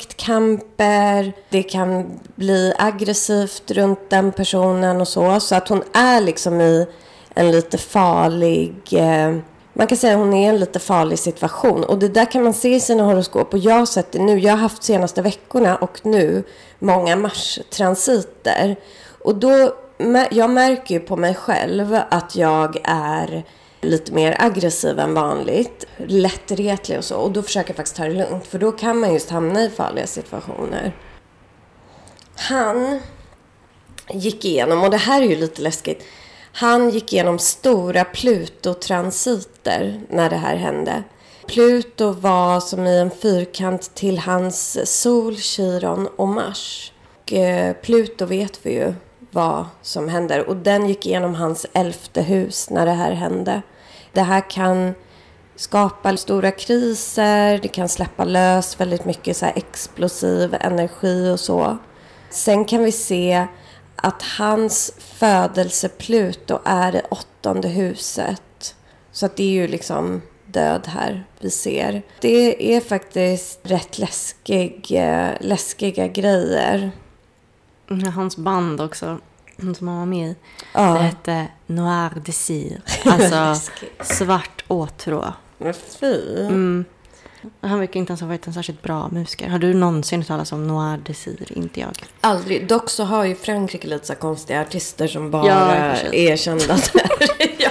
maktkamper, det kan bli aggressivt runt den personen och så. Så att hon är liksom i en lite farlig, eh, man kan säga att hon är i en lite farlig situation. Och det där kan man se i sina horoskop. Och jag har sett det nu, jag har haft senaste veckorna och nu många Mars-transiter. Och då, jag märker ju på mig själv att jag är lite mer aggressiv än vanligt, lättretlig och så. Och då försöker jag faktiskt ta det lugnt, för då kan man just hamna i farliga situationer. Han gick igenom, och det här är ju lite läskigt, han gick igenom stora Pluto-transiter när det här hände. Pluto var som i en fyrkant till hans sol, Chiron och Mars. Och eh, Pluto vet vi ju vad som händer. Och den gick igenom hans elfte hus när det här hände. Det här kan skapa stora kriser. Det kan släppa lös väldigt mycket så här explosiv energi och så. Sen kan vi se att hans födelse Pluto är i åttonde huset. Så att det är ju liksom död här vi ser. Det är faktiskt rätt läskig, läskiga grejer. Hans band också. som han var med i. Ja. Det hette Noir Désir. Alltså svart åtrå. Men fy. Mm. Han verkar inte ens ha varit en särskilt bra musiker. Har du någonsin talat om Noir Désir? Inte jag. Aldrig. Dock så har ju Frankrike lite så konstiga artister som bara Ja, är kända där. Ja.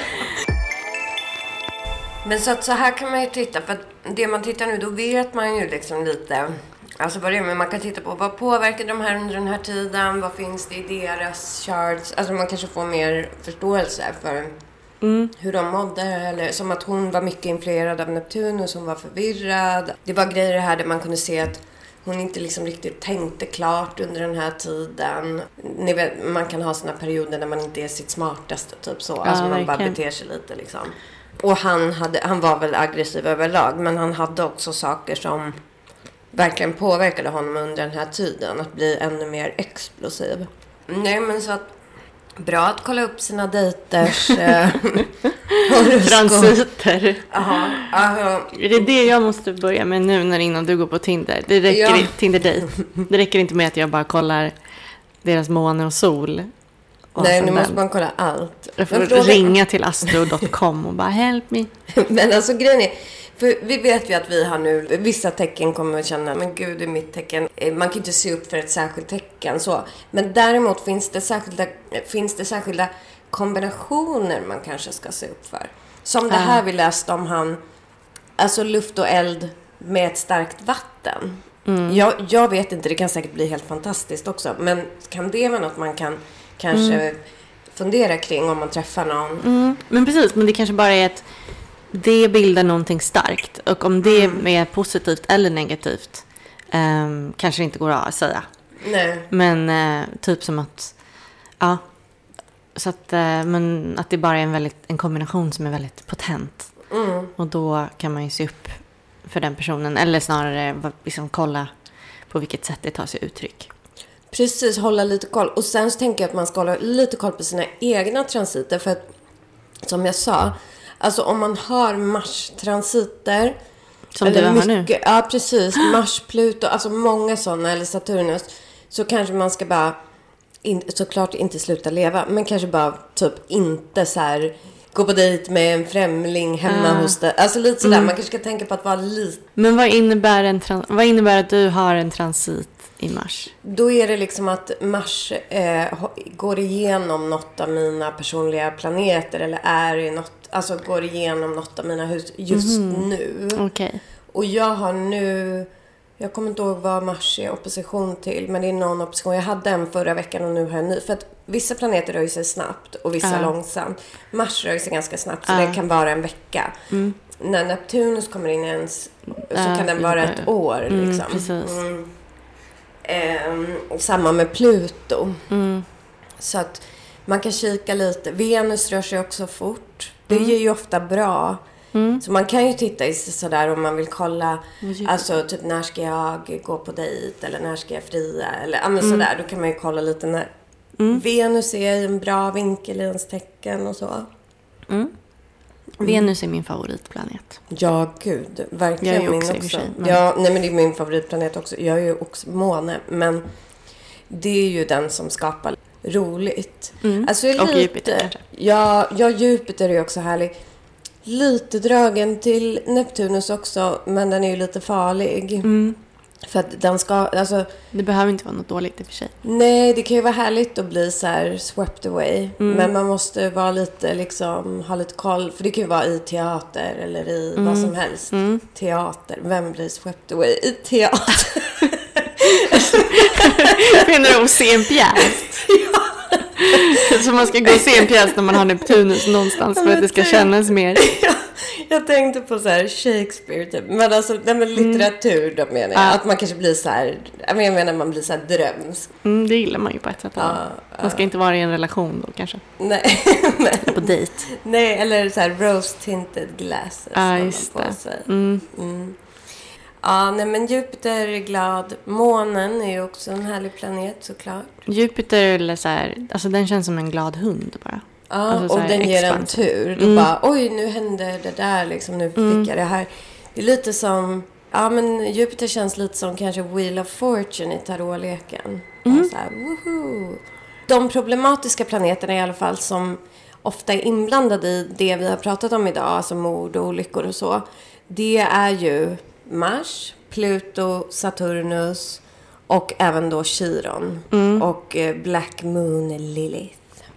Men så att så här kan man ju titta. För att det man tittar nu, då vet man ju liksom lite. Alltså vad det är, men man kan titta på vad påverkar de här under den här tiden. Vad finns det i deras charts. Alltså man kanske får mer förståelse för mm. hur de mådde. Eller som att hon var mycket influerad av Neptunus. Hon var förvirrad. Det var grejer här där man kunde se att hon inte liksom riktigt tänkte klart under den här tiden. Ni vet, man kan ha såna perioder när man inte är sitt smartaste typ så. Ja, alltså man verkligen. bara beter sig lite liksom. Och han, hade, han var väl aggressiv överlag. Men han hade också saker som verkligen påverkade honom under den här tiden. Att bli ännu mer explosiv. Nej, men så att bra att kolla upp sina dejters eh, transiter. Aha, aha. Är det det jag måste börja med nu när innan du går på Tinder? Det räcker Ja. inte, Tinder dejt. Det räcker inte med att jag bara kollar deras måne och sol. Och Nej, sen nu måste den. man kolla allt. Jag får Men fråga- ringa till astro dot com och bara help me. Men alltså grejen är, för vi vet ju att vi har nu, vissa tecken kommer att känna, men gud det är mitt tecken. Man kan inte se upp för ett särskilt tecken så. Men däremot finns det särskilda, finns det särskilda kombinationer man kanske ska se upp för. Som det här vi läste om han, alltså luft och eld med ett starkt vatten. Mm. Jag, jag vet inte, det kan säkert bli helt fantastiskt också. Men kan det vara något man kan kanske mm. fundera kring om man träffar någon? Mm. Men precis, men det kanske bara är ett det bildar någonting starkt. Och om det mm. är positivt eller negativt um, kanske inte går att säga. Nej. Men uh, typ som att ja, så att, uh, men att det bara är en, väldigt, en kombination som är väldigt potent. Mm. Och då kan man ju se upp för den personen. Eller snarare liksom kolla på vilket sätt det tar sig uttryck. Precis, hålla lite koll. Och sen så tänker jag att man ska hålla lite koll på sina egna transiter. För att, som jag sa, alltså om man har Mars-transiter. Som du har mycket, nu? Ja, precis. Mars, Pluto, alltså många sådana. Eller Saturnus. Så kanske man ska bara, in, såklart inte sluta leva. Men kanske bara typ inte så här gå på dejt med en främling hemma uh. hos dig. Alltså lite sådär. Mm. Man kanske ska tänka på att vara lite. Men vad innebär, en trans- vad innebär att du har en transit i Mars? Då är det liksom att Mars eh, går igenom något av mina personliga planeter. Eller är i något, alltså går igenom något av mina hus just mm. nu. Okay. Och jag har nu, jag kommer inte ihåg vad Mars är opposition till. Men det är någon opposition. Jag hade en förra veckan och nu har jag en ny. För att vissa planeter rör sig snabbt och vissa uh. långsamt. Mars rör sig ganska snabbt så uh. det kan vara en vecka. Mm. När Neptunus kommer in ens så uh, kan den vara ett år. Liksom. Mm, precis. Mm. Eh, samma med Pluto. Mm. Så att man kan kika lite. Venus rör sig också fort. Det mm. ger ju ofta bra. Mm. Så man kan ju titta i sådär om man vill kolla. Mm. Alltså typ när ska jag gå på dejt. Eller när ska jag fria. Eller ja, men mm. sådär. Då kan man ju kolla lite när mm. Venus är i en bra vinkel i ens tecken och så. Mm. Venus är min favoritplanet. Ja, gud. Verkligen jag är min också. också. Sig, men... Ja, nej men det är min favoritplanet också. Jag är ju också måne. Men det är ju den som skapar roligt. Mm. Alltså och lite, Jupiter. Ja, ja, Jupiter är ju också härlig. Lite dragen till Neptunus också. Men den är ju lite farlig. Mm. För att den ska, alltså... Det behöver inte vara något dåligt i och för sig. Nej, det kan ju vara härligt att bli så här swept away. Mm. Men man måste vara lite, liksom, ha lite koll. För det kan ju vara i teater eller i mm. vad som helst. Mm. Teater. Vem blir swept away i teater? Menar du att se en pjäs? Ja. Så man ska gå och se en pjäs när man har Neptunus någonstans för att det ska kännas mer. Ja, jag tänkte på så här Shakespeare typ. Men alltså, det med litteratur då menar jag. Ah. Att man kanske blir så här, jag menar man blir så här drömsk. Mm, det gillar man ju på ett sätt. Ah, man ska ah. inte vara i en relation då kanske. Nej. Men, på dejt. Nej, eller så här rose tinted glasses. Ja, ah, just det. Mm. Mm. Ja, nej men Jupiter är glad. Månen är ju också en härlig planet såklart. Jupiter är så här, alltså den känns som en glad hund bara. Ja, alltså, och den ger en tur. Då mm. bara, oj nu händer det där liksom, nu fick mm. jag det här. Det är lite som, ja men Jupiter känns lite som kanske Wheel of Fortune i tarotleken. Mm. Så här, woho! de problematiska planeterna i alla fall som ofta är inblandade i det vi har pratat om idag, alltså mord och olyckor och så, det är ju Mars, Pluto, Saturnus och även då Chiron mm. och Black Moon Lilith.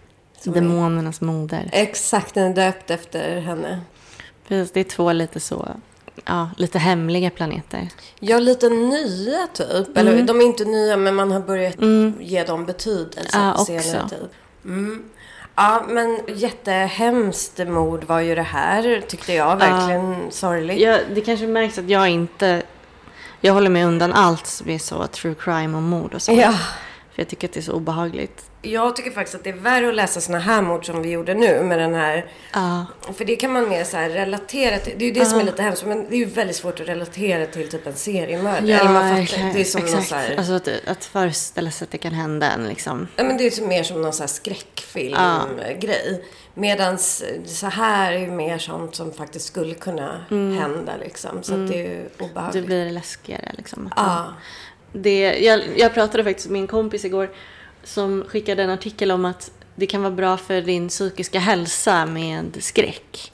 Demonernas moder. Exakt, den är döpt efter henne. Precis, det är två lite så, ja, lite hemliga planeter. Ja, lite nya typ. Mm. Eller de är inte nya, men man har börjat mm. ge dem betydelse ja, på senare tid. Mm. Ja, men jättehemskt mord var ju det här, tyckte jag. Verkligen ja. sorgligt. Ja, det kanske märks att jag inte... Jag håller mig undan allt som är så true crime och mord och så. Ja. För jag tycker att det är så obehagligt. Jag tycker faktiskt att det är värre att läsa såna här mord som vi gjorde nu med den här. Ja. För det kan man mer så här relatera till. Det är ju det ja. som är lite hemskt. Men det är ju väldigt svårt att relatera till typ en seriemördare. Ja, Eller man fattar, det är som exakt. Någon så här... Alltså att, att föreställa sig att det kan hända en liksom. Ja, men det är ju mer som någon så här skräckfilm-grej. Ja. Medan så här är ju mer sånt som faktiskt skulle kunna mm. hända liksom. Så mm. att det är ju obehagligt. Det blir läskigare liksom. Ja. Det, jag, jag pratade faktiskt med min kompis igår som skickade en artikel om att det kan vara bra för din psykiska hälsa med skräck.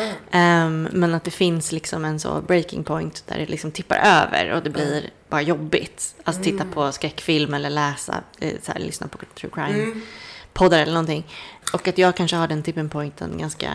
Um, men att det finns liksom en så breaking point där det liksom tippar över och det blir mm. bara jobbigt. Alltså titta mm. på skräckfilm eller läsa, så här, lyssna på true crime mm. poddar eller någonting. Och att jag kanske har den tipping pointen ganska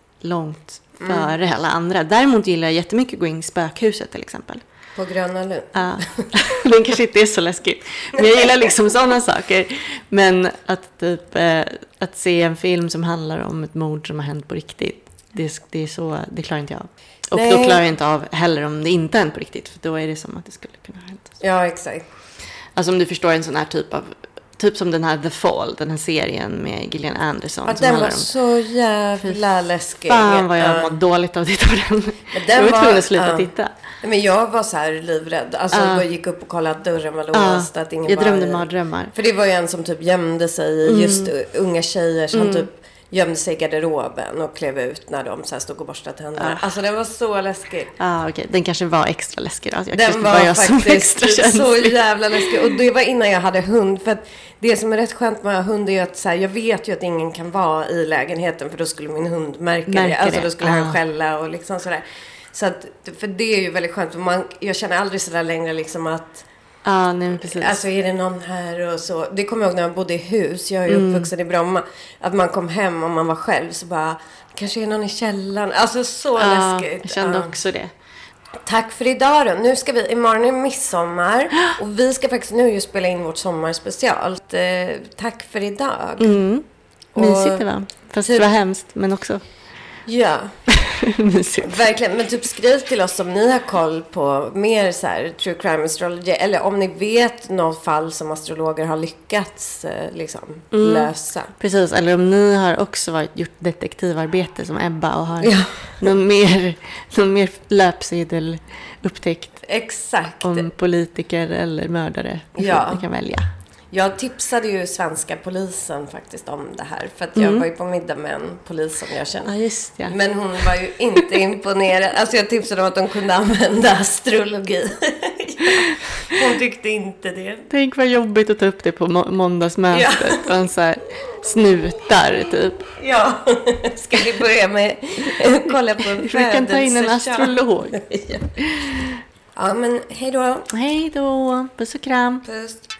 långt mm. före alla andra. Däremot gillar jag jättemycket att gå in i spökhuset till exempel. På Gröna Lund. Ja, den kanske inte är så läskigt. Men jag gillar liksom sådana saker. Men att typ eh, att se en film som handlar om ett mord som har hänt på riktigt, det, det är så, det klarar inte jag av. Och Nej. Då klarar jag inte av heller om det inte är hänt på riktigt. För då är det som att det skulle kunna ha hänt. Ja, exakt. Alltså om du förstår en sån här typ av, typ som den här The Fall, den här serien med Gillian Anderson. Ja, den var om, så jävla läskig. Fan vad jag uh. mådde dåligt av att titta på den. Men den jag var tvungen att sluta uh. titta. Men jag var så här livrädd. Alltså uh. jag gick upp och kollade att dörren var låst. Uh. Att ingen jag var drömde mardrömmar. För det var ju en som typ gömde sig i mm. just unga tjejer som mm. typ gömde sig i garderoben och klev ut när de så här stod och borstade tänderna. Uh. Alltså den var så läskig. Ja, ah, okej. Okay. Den kanske var extra läskig då. Jag den var, var jag faktiskt så jävla läskig. Och det var innan jag hade hund. För att det som är rätt skönt med hund är ju att så här, jag vet ju att ingen kan vara i lägenheten. För då skulle min hund märka, märka det. Alltså då skulle uh. han skälla och liksom sådär. Så att, för det är ju väldigt skönt. För man, jag känner aldrig sådär längre liksom att... Ja, nej, precis. Alltså är det någon här och så. Det kommer jag ihåg när jag bodde i hus. Jag är ju mm. uppvuxen i Bromma. Att man kom hem och man var själv så bara... Kanske är någon i källaren. Alltså så ja, läskigt. Jag kände ja. också det. Tack för idag då. Nu ska vi... Imorgon är midsommar. Och vi ska faktiskt nu ju spela in vårt sommarspecialt. Eh, tack för idag. Mm. Mysigt det var. Fast typ, det var hemskt. Men också... Ja. Verkligen, men typ skriv till oss om ni har koll på mer så här true crime astrology eller om ni vet något fall som astrologer har lyckats liksom mm. lösa. Precis, eller om ni har också varit, gjort detektivarbete som Ebba och har ja. någon mer någon mer löpsedel upptäckt. Exakt. Om politiker eller mördare. Ja. Ni kan välja. Jag tipsade ju svenska polisen faktiskt om det här. För att jag mm. var ju på middag med en polis som jag kände. Ja, just det. Men hon var ju inte imponerad. Alltså jag tipsade om att de kunde använda astrologi. Hon tyckte inte det. Tänk vad jobbigt att ta upp det på må- måndagsmötet. Ja. Och en så här snutar typ. Ja, ska vi börja med att kolla på en födelse. Vi kan ta in en astrolog. Ja, men hej då. Hej då. Puss och kram. Puss.